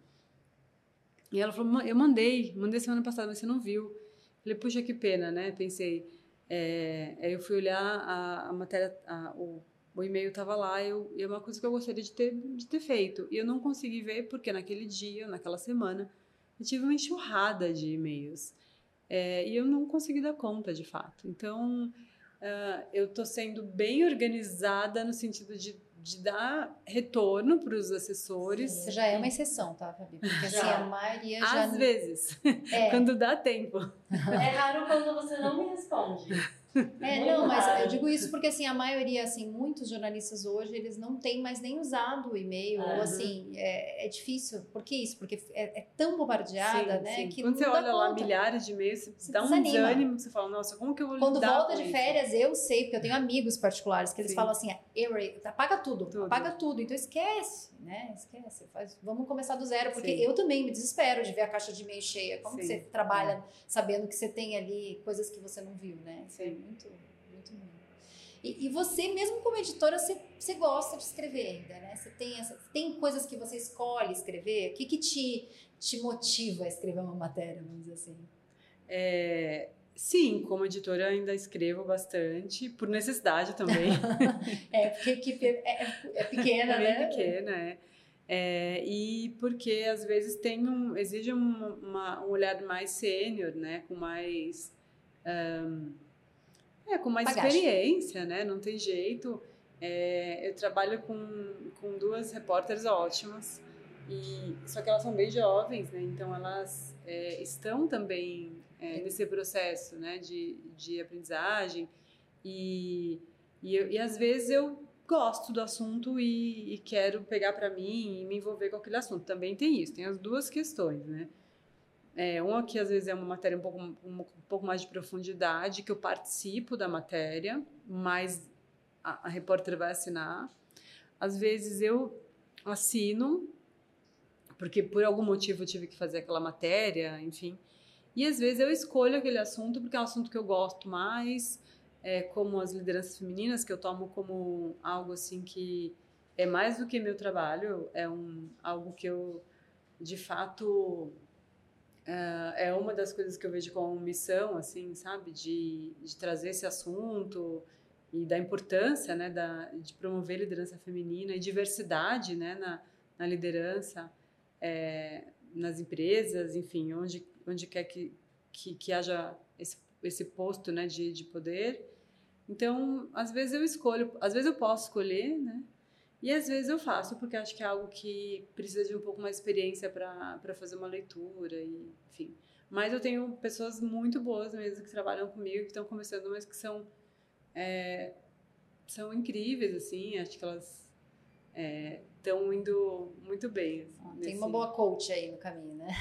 E ela falou, eu mandei, mandei semana passada, mas você não viu. Falei, puxa, que pena, né? Pensei, é, aí eu fui olhar a, a matéria, a, o, o e-mail estava lá, eu, e é uma coisa que eu gostaria de ter, de ter feito. E eu não consegui ver, porque naquele dia, naquela semana, eu tive uma enxurrada de e-mails. É, e eu não consegui dar conta, de fato. Então, uh, eu estou sendo bem organizada no sentido de de dar retorno para os assessores. Isso já é uma exceção, tá, Fabi? Porque assim, a maioria já... Às vezes, é. Quando dá tempo. É raro quando você não me responde. É, Muito não, mas raro. Eu digo isso porque assim, a maioria, assim, muitos jornalistas hoje, eles não têm mais nem usado o e-mail, uhum. ou assim, é, é difícil. Por que isso? Porque é, é tão bombardeada, sim, né? Sim. Que quando não você olha dá lá conta. milhares de e-mails, você, você dá desanima. um desânimo, você fala, nossa, como que eu vou Quando lidar volta com de isso? férias, eu sei, porque eu tenho amigos particulares que eles sim. falam assim, apaga tudo, tudo, apaga tudo, então esquece. né? Esquece, faz, vamos começar do zero, porque Sim. eu também me desespero de ver a caixa de e-mail cheia. Como que Sim. você trabalha é. sabendo que você tem ali coisas que você não viu, né? Isso Sim. é muito, muito ruim. E, e você, mesmo como editora, você, você gosta de escrever ainda, né? Você tem, essa, tem coisas que você escolhe escrever? O que, que te, te motiva a escrever uma matéria, vamos dizer assim? É, sim, como editora ainda escrevo bastante, por necessidade também. É, porque a equipe é, é, é pequena, é né? pequena, é. É, e porque às vezes tem um, exige um, uma, um olhar mais sênior, né? Com mais... Um, é, com mais Bagagem. experiência, né? Não tem jeito. É, eu trabalho com, com duas repórteres ótimas, e, só que elas são bem jovens, né? Então elas é, estão também é, nesse processo, né? de, de aprendizagem. E, e, eu, e às vezes eu gosto do assunto e, e quero pegar para mim e me envolver com aquele assunto. Também tem isso, tem as duas questões, né? É, uma que às vezes é uma matéria um pouco, um, um pouco mais de profundidade, que eu participo da matéria, mas a, a repórter vai assinar. Às vezes eu assino, porque por algum motivo eu tive que fazer aquela matéria, enfim. E às vezes eu escolho aquele assunto porque é um assunto que eu gosto mais, é, como as lideranças femininas, que eu tomo como algo assim que é mais do que meu trabalho, é um, algo que eu, de fato... Uh, é uma das coisas que eu vejo como missão, assim, sabe, de, de trazer esse assunto e da importância, né, da, de promover liderança feminina e diversidade, né, na, na liderança, é, nas empresas, enfim, onde, onde quer que, que, que haja esse, esse posto, né, de, de poder. Então, às vezes eu escolho, às vezes eu posso escolher, né, e às vezes eu faço, porque acho que é algo que precisa de um pouco mais de experiência para fazer uma leitura, e, enfim. Mas eu tenho pessoas muito boas mesmo que trabalham comigo, que estão começando, mas que são, é, são incríveis, assim, acho que elas estão é, indo muito bem. Assim, ah, nesse... Tem uma boa coach aí no caminho, né?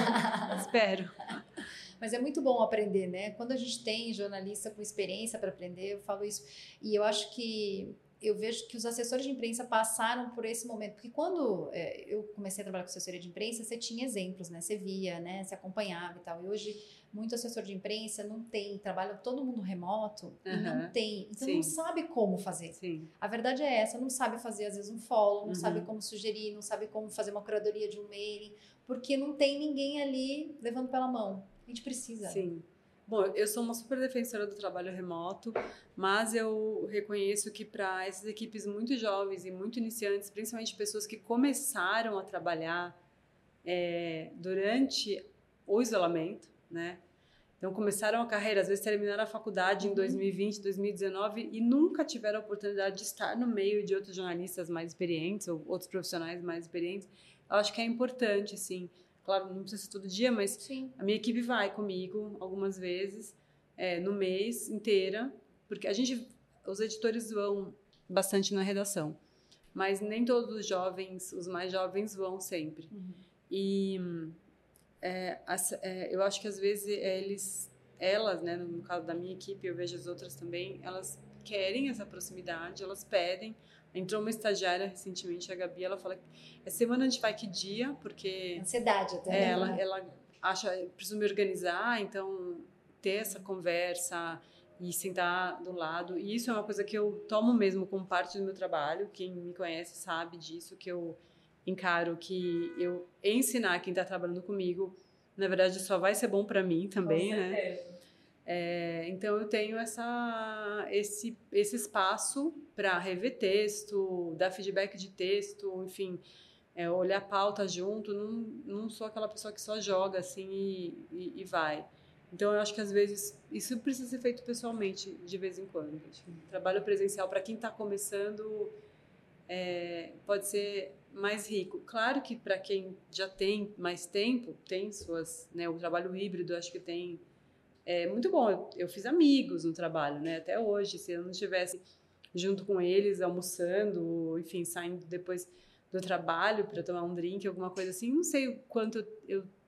Espero. Mas é muito bom aprender, né? Quando a gente tem jornalista com experiência para aprender, eu falo isso. E eu acho que eu vejo que os assessores de imprensa passaram por esse momento, porque quando é, eu comecei a trabalhar com assessoria de imprensa, você tinha exemplos, né? Você via, né? Você acompanhava e tal. E hoje, muito assessor de imprensa não tem, trabalha todo mundo remoto e uhum. não tem. Então, Sim. não sabe como fazer. Sim. A verdade é essa, não sabe fazer, às vezes, um follow, não uhum. sabe como sugerir, não sabe como fazer uma curadoria de um mailing, porque não tem ninguém ali levando pela mão. A gente precisa. Sim. Né? Bom, eu sou uma super defensora do trabalho remoto, mas eu reconheço que para essas equipes muito jovens e muito iniciantes, principalmente pessoas que começaram a trabalhar é, durante o isolamento, né? Então começaram a carreira, às vezes terminaram a faculdade em dois mil e vinte, dois mil e dezenove e nunca tiveram a oportunidade de estar no meio de outros jornalistas mais experientes ou outros profissionais mais experientes. Eu acho que é importante, assim. Claro, não precisa ser todo dia, mas Sim. a minha equipe vai comigo algumas vezes é, no mês inteira, porque a gente, os editores vão bastante na redação, mas nem todos os jovens, os mais jovens vão sempre. Uhum. E é, é, eu acho que às vezes eles, elas, né, no caso da minha equipe, eu vejo as outras também, elas querem essa proximidade, elas pedem. Entrou uma estagiária recentemente, a Gabi, ela fala que é semana a gente vai que dia, porque... Ansiedade até. É, ela, ela acha, preciso me organizar, então ter essa conversa e sentar do lado. E isso é uma coisa que eu tomo mesmo como parte do meu trabalho. Quem me conhece sabe disso, que eu encaro que eu ensinar quem está trabalhando comigo, na verdade, só vai ser bom para mim também, Com né? certeza. É, então eu tenho essa, esse, esse espaço para rever texto, dar feedback de texto, enfim, é, olhar a pauta junto. Não, não sou aquela pessoa que só joga assim e, e, e vai. Então eu acho que às vezes isso precisa ser feito pessoalmente de vez em quando. Trabalho presencial para quem está começando é, pode ser mais rico. Claro que para quem já tem mais tempo, tem suas, né, o trabalho híbrido acho que tem. É muito bom, eu, eu fiz amigos no trabalho, né? Até hoje, se eu não estivesse junto com eles, almoçando, enfim, saindo depois do trabalho para tomar um drink, alguma coisa assim, não sei o quanto eu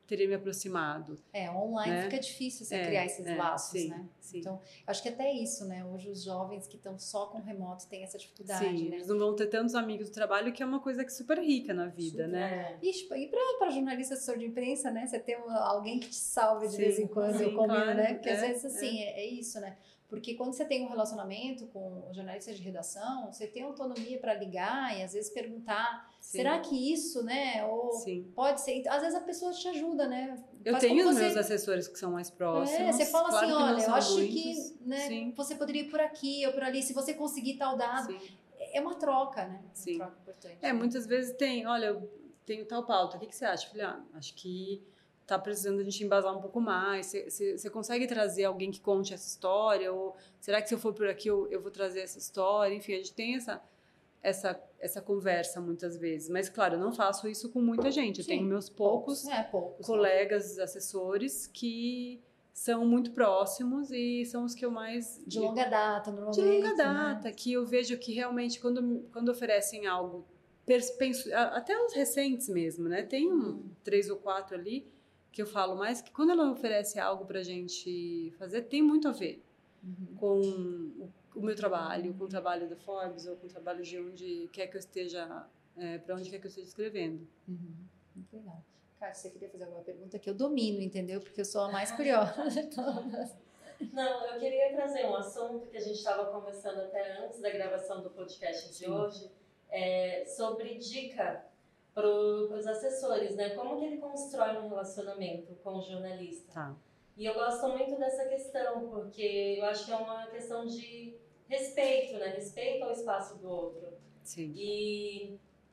teria me aproximado. É, online né? fica difícil você é, criar esses é, laços, sim, né? Sim. Então, acho que até isso, né? Hoje os jovens que estão só com remoto têm essa dificuldade, sim, né? eles não vão ter tantos amigos do trabalho, que é uma coisa que é super rica na vida, Super. né? E, e para jornalista, assessor de imprensa, né? Você tem alguém que te salve de sim, vez em quando, sim, eu combino, claro, né? Porque é, às vezes, assim, é. é, é isso, né? Porque quando você tem um relacionamento com os jornalistas de redação, você tem autonomia para ligar e às vezes perguntar, sim. será que isso, né? Ou sim. pode ser. Às vezes a pessoa te ajuda, né? Eu Faz tenho os você... meus assessores que são mais próximos. É, você fala claro assim, olha, eu acho muitos. que né, você poderia ir por aqui ou por ali, se você conseguir tal dado. Sim. É uma troca, né? Sim. Uma troca importante. É, né? Muitas vezes tem, olha, eu tenho tal pauta, o que, que você acha? Eu falei, ah, acho que tá precisando a gente embasar um pouco mais. Você, você, você consegue trazer alguém que conte essa história? Ou será que se eu for por aqui eu, eu vou trazer essa história? Enfim, a gente tem essa, essa, essa conversa muitas vezes. Mas, claro, eu não faço isso com muita gente. Eu Sim, tenho meus poucos, poucos, é, poucos colegas, né? assessores que são muito próximos e são os que eu mais... De longa data, normalmente. De longa data, né? Que eu vejo que realmente quando, quando oferecem algo, penso, até os recentes mesmo, né? Tem um, hum. três ou quatro ali que eu falo mais, que quando ela oferece algo pra gente fazer, tem muito a ver uhum. com o, o meu trabalho, com o trabalho da Forbes ou com o trabalho de onde quer que eu esteja, é, para onde quer que eu esteja escrevendo. Uhum. Muito legal. Cara, você queria fazer alguma pergunta que eu domino, entendeu? Porque eu sou a mais curiosa de todas. Não, eu queria trazer um assunto que a gente estava conversando até antes da gravação do podcast de Sim. hoje, é, sobre dica para os assessores, né? Como que ele constrói um relacionamento com o jornalista. Tá. E eu gosto muito dessa questão, porque eu acho que é uma questão de respeito, né? Respeito ao espaço do outro. Sim. E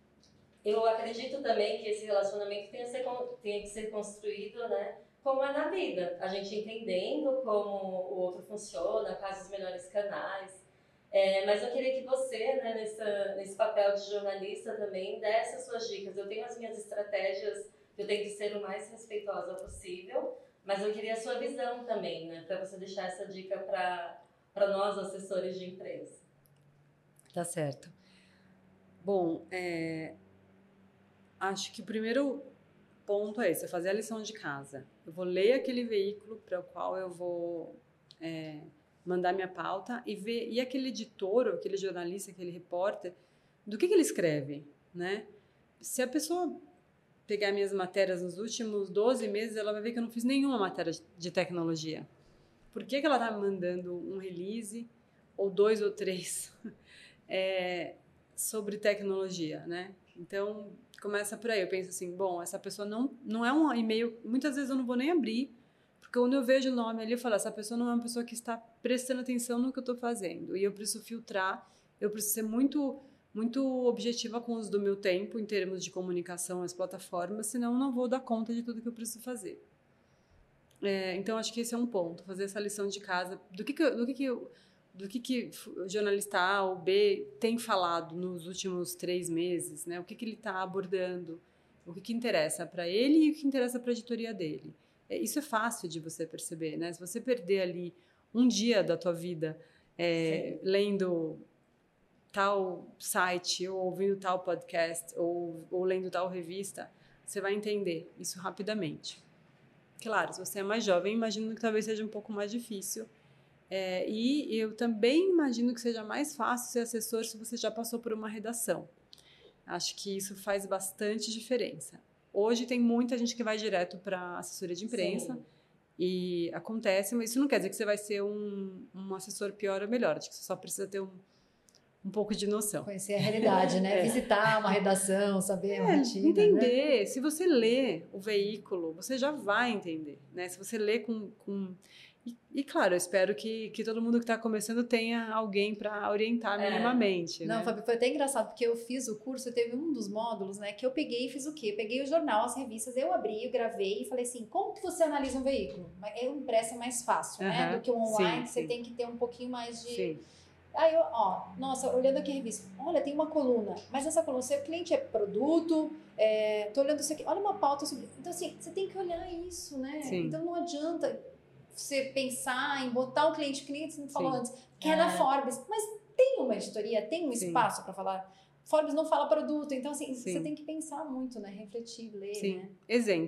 eu acredito também que esse relacionamento tenha, ser, tenha que ser construído, né? Como é na vida. A gente entendendo como o outro funciona, quais os melhores canais. É, mas eu queria que você, né, nessa, nesse papel de jornalista também, desse as suas dicas. Eu tenho as minhas estratégias, eu tento ser o mais respeitosa possível, mas eu queria a sua visão também, né, para você deixar essa dica para nós, assessores de imprensa. Tá certo. Bom, é, acho que o primeiro ponto é esse, é fazer a lição de casa. Eu vou ler aquele veículo para o qual eu vou... É, mandar minha pauta e ver, e aquele editor, aquele jornalista, aquele repórter, do que, que ele escreve, né? Se a pessoa pegar minhas matérias nos últimos doze meses, ela vai ver que eu não fiz nenhuma matéria de tecnologia. Por que, que ela tá me mandando um release, ou dois ou três, é, sobre tecnologia, né? Então, começa por aí. Eu penso assim, bom, essa pessoa não, não é um e-mail, muitas vezes eu não vou nem abrir, porque quando eu vejo o nome ali, eu falo, essa pessoa não é uma pessoa que está prestando atenção no que eu estou fazendo. E eu preciso filtrar, eu preciso ser muito, muito objetiva com o uso do meu tempo, em termos de comunicação às plataformas, senão eu não vou dar conta de tudo que eu preciso fazer. É, então, acho que esse é um ponto, fazer essa lição de casa. Do que, que, eu, do que, que, eu, do que, que o jornalista A ou B tem falado nos últimos três meses, né? O que, que ele está abordando, o que, que interessa para ele e o que interessa para a editoria dele. Isso é fácil de você perceber, né? Se você perder ali um dia da tua vida é, lendo tal site, ou ouvindo tal podcast, ou, ou lendo tal revista, você vai entender isso rapidamente. Claro, se você é mais jovem, imagino que talvez seja um pouco mais difícil. É, e eu também imagino que seja mais fácil ser assessor se você já passou por uma redação. Acho que isso faz bastante diferença. Hoje tem muita gente que vai direto para assessoria de imprensa. Sim. E acontece, mas isso não quer dizer que você vai ser um, um assessor pior ou melhor. Acho que você só precisa ter um, um pouco de noção. Conhecer a realidade, né? É. Visitar uma redação, saber é, a rotina. Entender. Né? Se você lê o veículo, você já vai entender. Né? Se você lê com... com... E, e, claro, eu espero que, que todo mundo que está começando tenha alguém para orientar é. minimamente. Não, né? Fábio, foi até engraçado, porque eu fiz o curso, teve um dos módulos, né, que eu peguei e fiz o quê? Eu peguei o jornal, as revistas, eu abri, eu gravei e falei assim, como que você analisa um veículo? É um impresso é mais fácil, uhum. né, do que o online, sim, você sim. tem que ter um pouquinho mais de... Sim. Aí eu, ó, nossa, olhando aqui a revista, olha, tem uma coluna, mas essa coluna, se o cliente é produto, é, tô olhando isso aqui, olha uma pauta sobre... Então, assim, você tem que olhar isso, né? Sim. Então, não adianta... você pensar em botar o cliente, o cliente, você me falou Sim. antes, que é da Forbes, mas tem uma editoria, tem um Sim. espaço para falar. Forbes não fala produto, então assim, Sim. você tem que pensar muito, né? Refletir, ler, Sim. né? Exemplo,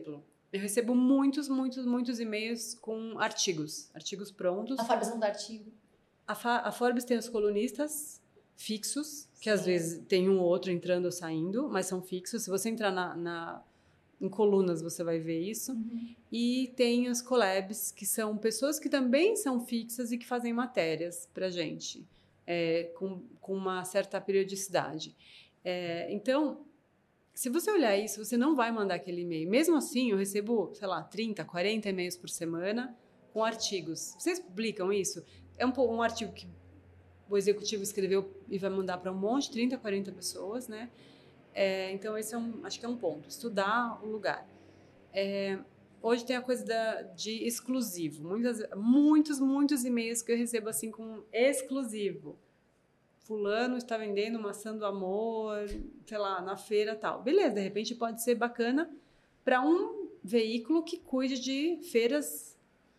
eu recebo muitos, muitos, muitos e-mails com artigos, artigos prontos. A Forbes não dá artigo? A, Fa- a Forbes tem os colunistas fixos, que Sim. às vezes tem um ou outro entrando ou saindo, mas são fixos. Se você entrar na, na, em colunas, você vai ver isso. Uhum. E tem os collabs, que são pessoas que também são fixas e que fazem matérias pra gente, é, com, com uma certa periodicidade. É, então, se você olhar isso, você não vai mandar aquele e-mail. Mesmo assim, eu recebo, sei lá, trinta, quarenta e-mails por semana com artigos. Vocês publicam isso? É um, um artigo que o executivo escreveu e vai mandar para um monte, trinta, quarenta pessoas, né? É, então, esse é um, acho que é um ponto. Estudar o lugar. É, hoje tem a coisa da, de exclusivo. Muitas, muitos, muitos e-mails que eu recebo assim com exclusivo. Fulano está vendendo maçã do amor, sei lá, na feira tal. Beleza, de repente pode ser bacana para um veículo que cuide de feiras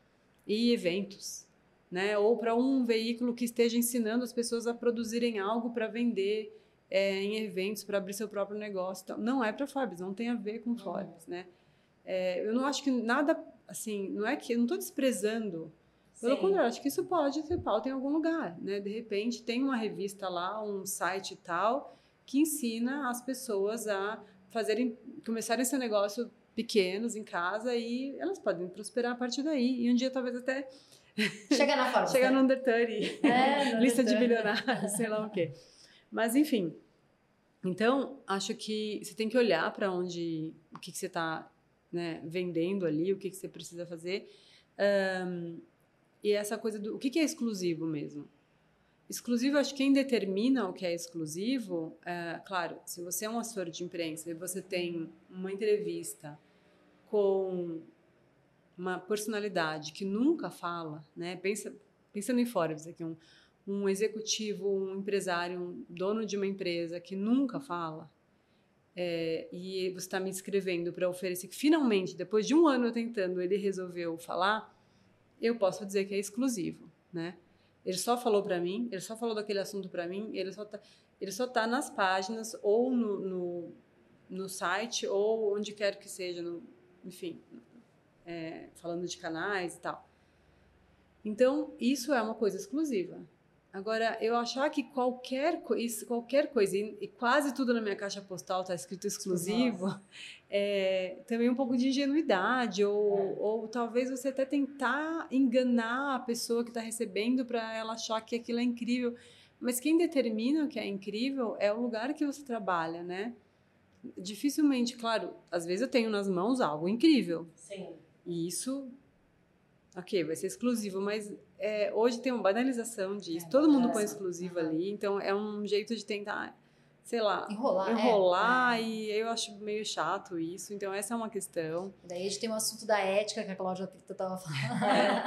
e eventos, né? Ou para um veículo que esteja ensinando as pessoas a produzirem algo para vender é, em eventos, para abrir seu próprio negócio. Então, não é para Forbes, não tem a ver com Forbes, né? É, eu não acho que nada, assim, não é que eu não estou desprezando. Pelo Sim. contrário, acho que isso pode ter pauta em algum lugar, né? De repente tem uma revista lá, um site e tal, que ensina as pessoas a fazerem, começarem seu negócio pequenos em casa e elas podem prosperar a partir daí. E um dia talvez até Chega na Forbes. chegar né? no under trinta, É, no lista under de trinta. bilionários, sei lá o quê. Mas enfim, então acho que você tem que olhar para onde, o que, que você está, né, vendendo ali, o que, que você precisa fazer. Um, E essa coisa do... O que é exclusivo mesmo? Exclusivo, acho que quem determina o que é exclusivo... É, claro, se você é um assessor de imprensa e você tem uma entrevista com uma personalidade que nunca fala, né? Pensa, pensando em Forbes aqui, um, um executivo, um empresário, um dono de uma empresa que nunca fala, é, e você está me escrevendo para oferecer que finalmente, depois de um ano eu tentando, ele resolveu falar... eu posso dizer que é exclusivo, né? Ele só falou para mim, ele só falou daquele assunto para mim, ele só tá, ele só tá nas páginas ou no, no, no site ou onde quer que seja, no, enfim, é, falando de canais e tal. Então, isso é uma coisa exclusiva. Agora, eu achar que qualquer, co isso, qualquer coisa, e, e quase tudo na minha caixa postal está escrito exclusivo, é, também um pouco de ingenuidade, ou, é. ou talvez você até tentar enganar a pessoa que está recebendo para ela achar que aquilo é incrível. Mas quem determina o que é incrível é o lugar que você trabalha, né? Dificilmente, claro, às vezes eu tenho nas mãos algo incrível. Sim. E isso... ok, vai ser exclusivo, mas é, hoje tem uma banalização disso. É, todo mundo põe exclusivo uhum. ali, então é um jeito de tentar, sei lá, enrolar, enrolar é, é. e eu acho meio chato isso. Então essa é uma questão. Daí a gente tem um assunto da ética que a Cláudia Pita estava falando.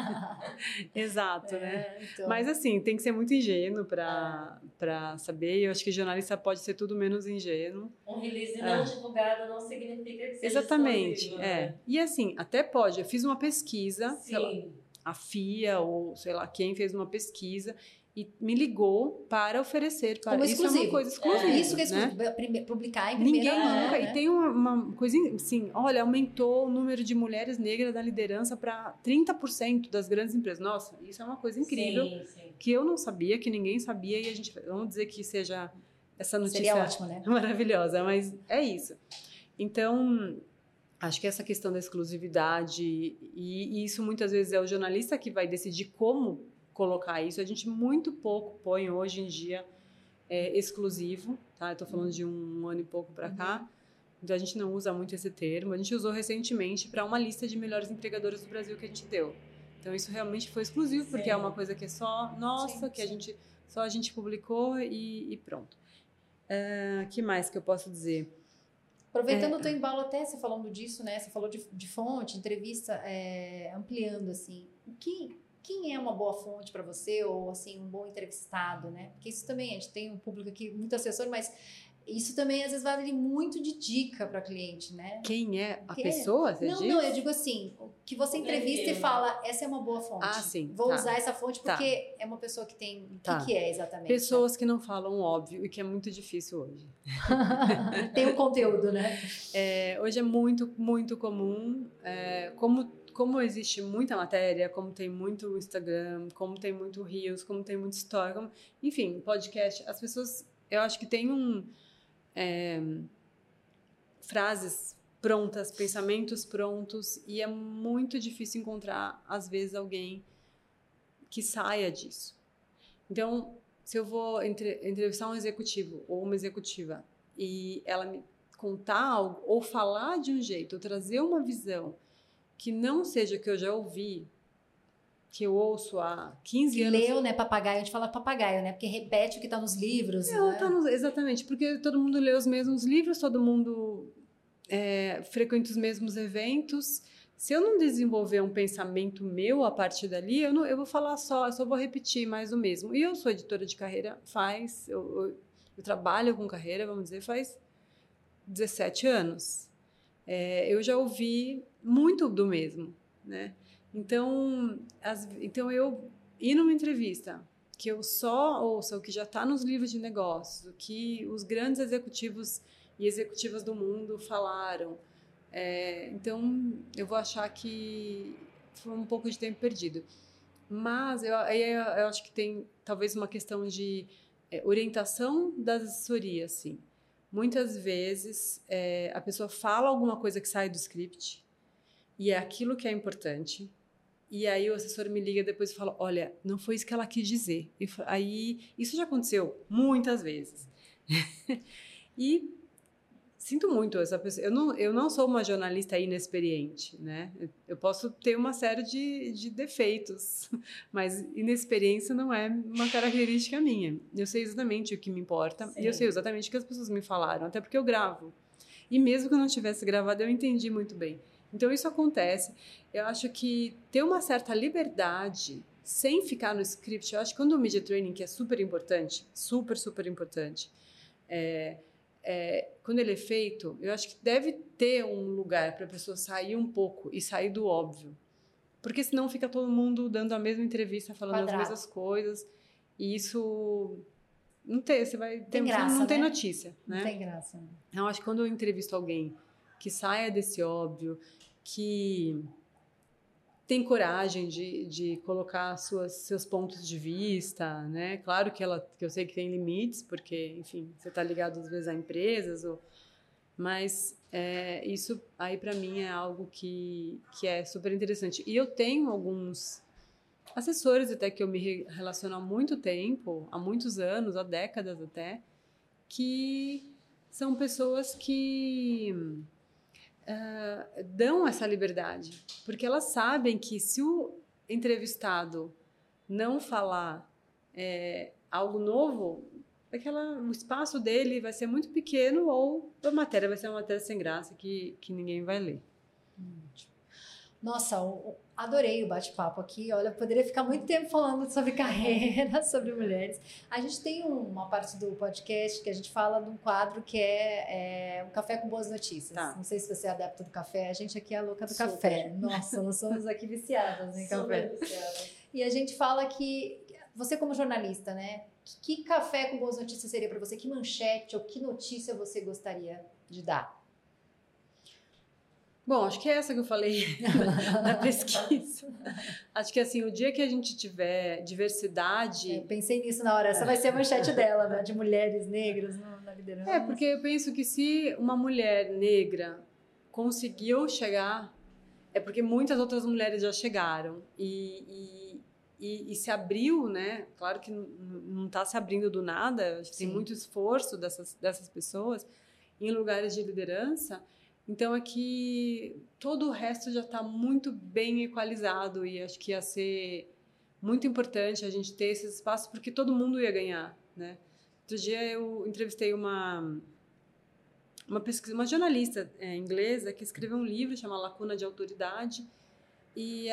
É. Exato, é, né? Então... Mas assim, tem que ser muito ingênuo para é. para saber. E eu acho que jornalista pode ser tudo menos ingênuo. Um release não é. divulgado não significa que seja exatamente, é. Né? E assim, até pode. Eu fiz uma pesquisa, Sim. sei lá, a F I A ou sei lá quem fez uma pesquisa e me ligou para oferecer para como isso exclusivo. é uma coisa exclusiva, é, isso que é exclusivo, né? Publicar em primeira Ninguém mão, nunca, né? E tem uma, uma coisa assim, olha, aumentou o número de mulheres negras da liderança para trinta por cento das grandes empresas. Nossa, isso é uma coisa incrível, sim, sim. que eu não sabia, que ninguém sabia, e a gente, vamos dizer que seja essa notícia seria ótimo, né? maravilhosa, mas é isso. Então, acho que essa questão da exclusividade, e, e isso muitas vezes é o jornalista que vai decidir como colocar isso. A gente muito pouco põe hoje em dia é, exclusivo, tá? Eu tô falando de um, um ano e pouco para cá, uhum. Então a gente não usa muito esse termo. A gente usou recentemente para uma lista de melhores empregadoras do Brasil que a gente deu. Então isso realmente foi exclusivo, sim. Porque é uma coisa que é só nossa, sim, que sim. a gente só a gente publicou e, e pronto. Uh, que mais que eu posso dizer? Aproveitando é, o teu embalo até, você falando disso, né? Você falou de, de fonte, entrevista, é, ampliando assim. O que quem é uma boa fonte para você ou assim um bom entrevistado, né? Porque isso também, a gente tem um público aqui muito assessor, mas isso também às vezes vale muito de dica para cliente, né? Quem é a Que pessoa, você Não, diz? não, eu digo assim, que você entrevista e fala, essa é uma boa fonte. Ah, sim. Vou tá. usar essa fonte porque Tá. é uma pessoa que tem... O Tá. que, que é exatamente? Pessoas que não falam óbvio e que é muito difícil hoje. Tem o conteúdo, né? É, hoje é muito, muito comum, é, como, como existe muita matéria, como tem muito Instagram, como tem muito Reels, como tem muito Story, como, enfim, podcast, as pessoas, eu acho que tem um... É, frases prontas, pensamentos prontos, e é muito difícil encontrar, às vezes, alguém que saia disso. Então, se eu vou entre, entrevistar um executivo ou uma executiva e ela me contar algo, ou falar de um jeito, ou trazer uma visão que não seja que eu já ouvi, que eu ouço há quinze que anos. Leu, né, papagaio, a gente fala papagaio, né, porque repete o que está nos livros. Não, né? tá nos, exatamente, porque todo mundo lê os mesmos livros, todo mundo é, frequenta os mesmos eventos. Se eu não desenvolver um pensamento meu a partir dali, eu, não, eu vou falar só, eu só vou repetir mais o mesmo. E eu sou editora de carreira faz, eu, eu, eu trabalho com carreira, vamos dizer, faz dezessete anos. É, eu já ouvi muito do mesmo, né? Então, as, então, eu ir numa entrevista que eu só ouça o que já está nos livros de negócios, o que os grandes executivos e executivas do mundo falaram, é, então eu vou achar que foi um pouco de tempo perdido. Mas eu, eu, eu acho que tem talvez uma questão de é, orientação da assessoria, assim. Muitas vezes é, a pessoa fala alguma coisa que sai do script e é aquilo que é importante. E aí o assessor me liga depois e fala, olha, não foi isso que ela quis dizer. E aí, isso já aconteceu muitas vezes. E sinto muito essa pessoa. Eu não, eu não sou uma jornalista inexperiente, né? Eu posso ter uma série de, de defeitos, mas inexperiência não é uma característica minha. Eu sei exatamente o que me importa. Sim. E eu sei exatamente o que as pessoas me falaram, até porque eu gravo. E mesmo que eu não tivesse gravado, eu entendi muito bem. Então, isso acontece. Eu acho que ter uma certa liberdade, sem ficar no script, eu acho que quando o media training, que é super importante, super, super importante, é, é, quando ele é feito, eu acho que deve ter um lugar para a pessoa sair um pouco e sair do óbvio. Porque senão fica todo mundo dando a mesma entrevista, falando Quadrado. As mesmas coisas. E isso... Não tem, você vai ter, tem graça, não né? tem notícia, né? Não tem graça. Eu acho que quando eu entrevisto alguém que saia desse óbvio, que tem coragem de, de colocar suas, seus pontos de vista, né? Claro que, ela, que eu sei que tem limites, porque, enfim, você está ligado às vezes a empresas, ou, mas é, isso aí para mim é algo que, que é super interessante. E eu tenho alguns assessores até que eu me relaciono há muito tempo, há muitos anos, há décadas até, que são pessoas que uh, dão essa liberdade, porque elas sabem que se o entrevistado não falar é, algo novo, aquela, o espaço dele vai ser muito pequeno ou a matéria vai ser uma matéria sem graça que, que ninguém vai ler. Hum. Nossa, adorei o bate-papo aqui. Olha, eu poderia ficar muito tempo falando sobre carreira, sobre mulheres. A gente tem uma parte do podcast que a gente fala de um quadro que é, é um café com boas notícias. Tá. Não sei se você é adepto do café. A gente aqui é a louca do Super. Café. Nossa, nós somos aqui viciadas em café. Viciadas. E a gente fala que você como jornalista, né? Que, que café com boas notícias seria para você? Que manchete ou que notícia você gostaria de dar? Bom, acho que é essa que eu falei na pesquisa. Acho que assim, o dia que a gente tiver diversidade... É, pensei nisso na hora. Essa vai ser a manchete dela, né? De mulheres negras na liderança. É, porque eu penso que se uma mulher negra conseguiu chegar, é porque muitas outras mulheres já chegaram. E, e, e, e se abriu, né? Claro que não está se abrindo do nada. Acho que tem muito esforço dessas, dessas pessoas em lugares de liderança. Então, é que todo o resto já está muito bem equalizado e acho que ia ser muito importante a gente ter esses espaços porque todo mundo ia ganhar, né? Outro dia eu entrevistei uma, uma, pesquisa, uma jornalista é, inglesa que escreveu um livro chamado Lacuna de Autoridade e ela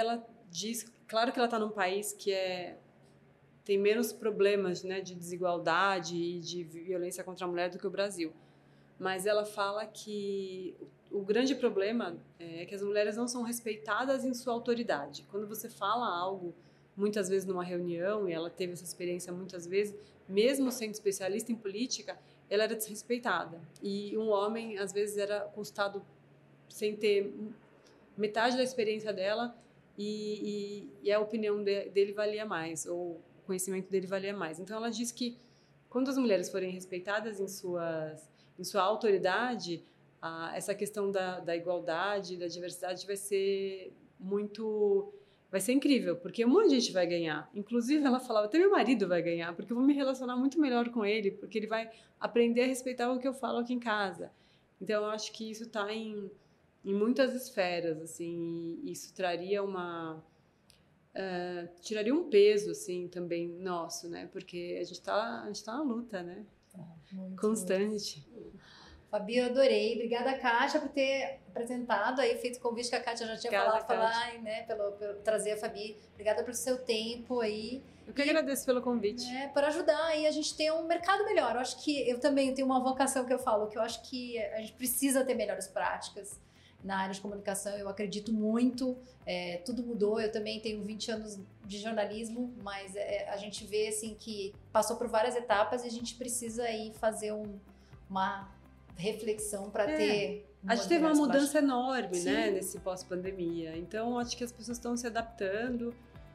diz, claro que ela está num país que é, tem menos problemas, né, de desigualdade e de violência contra a mulher do que o Brasil. Mas ela fala que o grande problema é que as mulheres não são respeitadas em sua autoridade. Quando você fala algo, muitas vezes numa reunião, e ela teve essa experiência muitas vezes, mesmo sendo especialista em política, ela era desrespeitada. E um homem, às vezes, era consultado sem ter metade da experiência dela e, e, e a opinião de, dele valia mais, ou o conhecimento dele valia mais. Então, ela diz que quando as mulheres forem respeitadas em, suas, em sua autoridade, a, essa questão da, da igualdade, da diversidade vai ser muito... Vai ser incrível, porque um monte de gente vai ganhar. Inclusive, ela falava, até meu marido vai ganhar, porque eu vou me relacionar muito melhor com ele, porque ele vai aprender a respeitar o que eu falo aqui em casa. Então, eu acho que isso está em, em muitas esferas, assim, e isso traria uma... Uh, tiraria um peso, assim, também nosso, né? Porque a gente está a gente tá na luta, né? Muito, constante. Muito. Fabi, eu adorei. Obrigada, Kátia, por ter apresentado aí, feito o convite que a Kátia já tinha Obrigada, falado, falar, né, pelo, pelo trazer a Fabi. Obrigada pelo seu tempo aí. Eu que e, agradeço pelo convite. É, por ajudar aí a gente ter um mercado melhor. Eu acho que eu também tenho uma vocação que eu falo, que eu acho que a gente precisa ter melhores práticas na área de comunicação. Eu acredito muito. É, tudo mudou. Eu também tenho vinte anos de jornalismo, mas é, a gente vê assim que passou por várias etapas e a gente precisa aí fazer um, uma reflexão para é. ter... A gente teve uma mudança práticas. enorme, Sim. né, nesse pós-pandemia. Então, acho que as pessoas estão se adaptando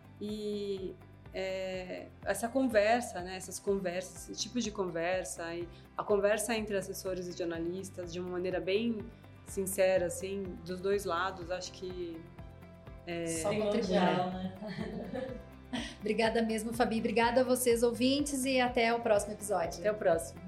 e é, essa conversa, né, essas conversas, esse tipo de conversa, e a conversa entre assessores e jornalistas de uma maneira bem sincera, assim, dos dois lados, acho que... É, Só contribui, né? Obrigada mesmo, Fabi. Obrigada a vocês, ouvintes, e até o próximo episódio. Até o próximo.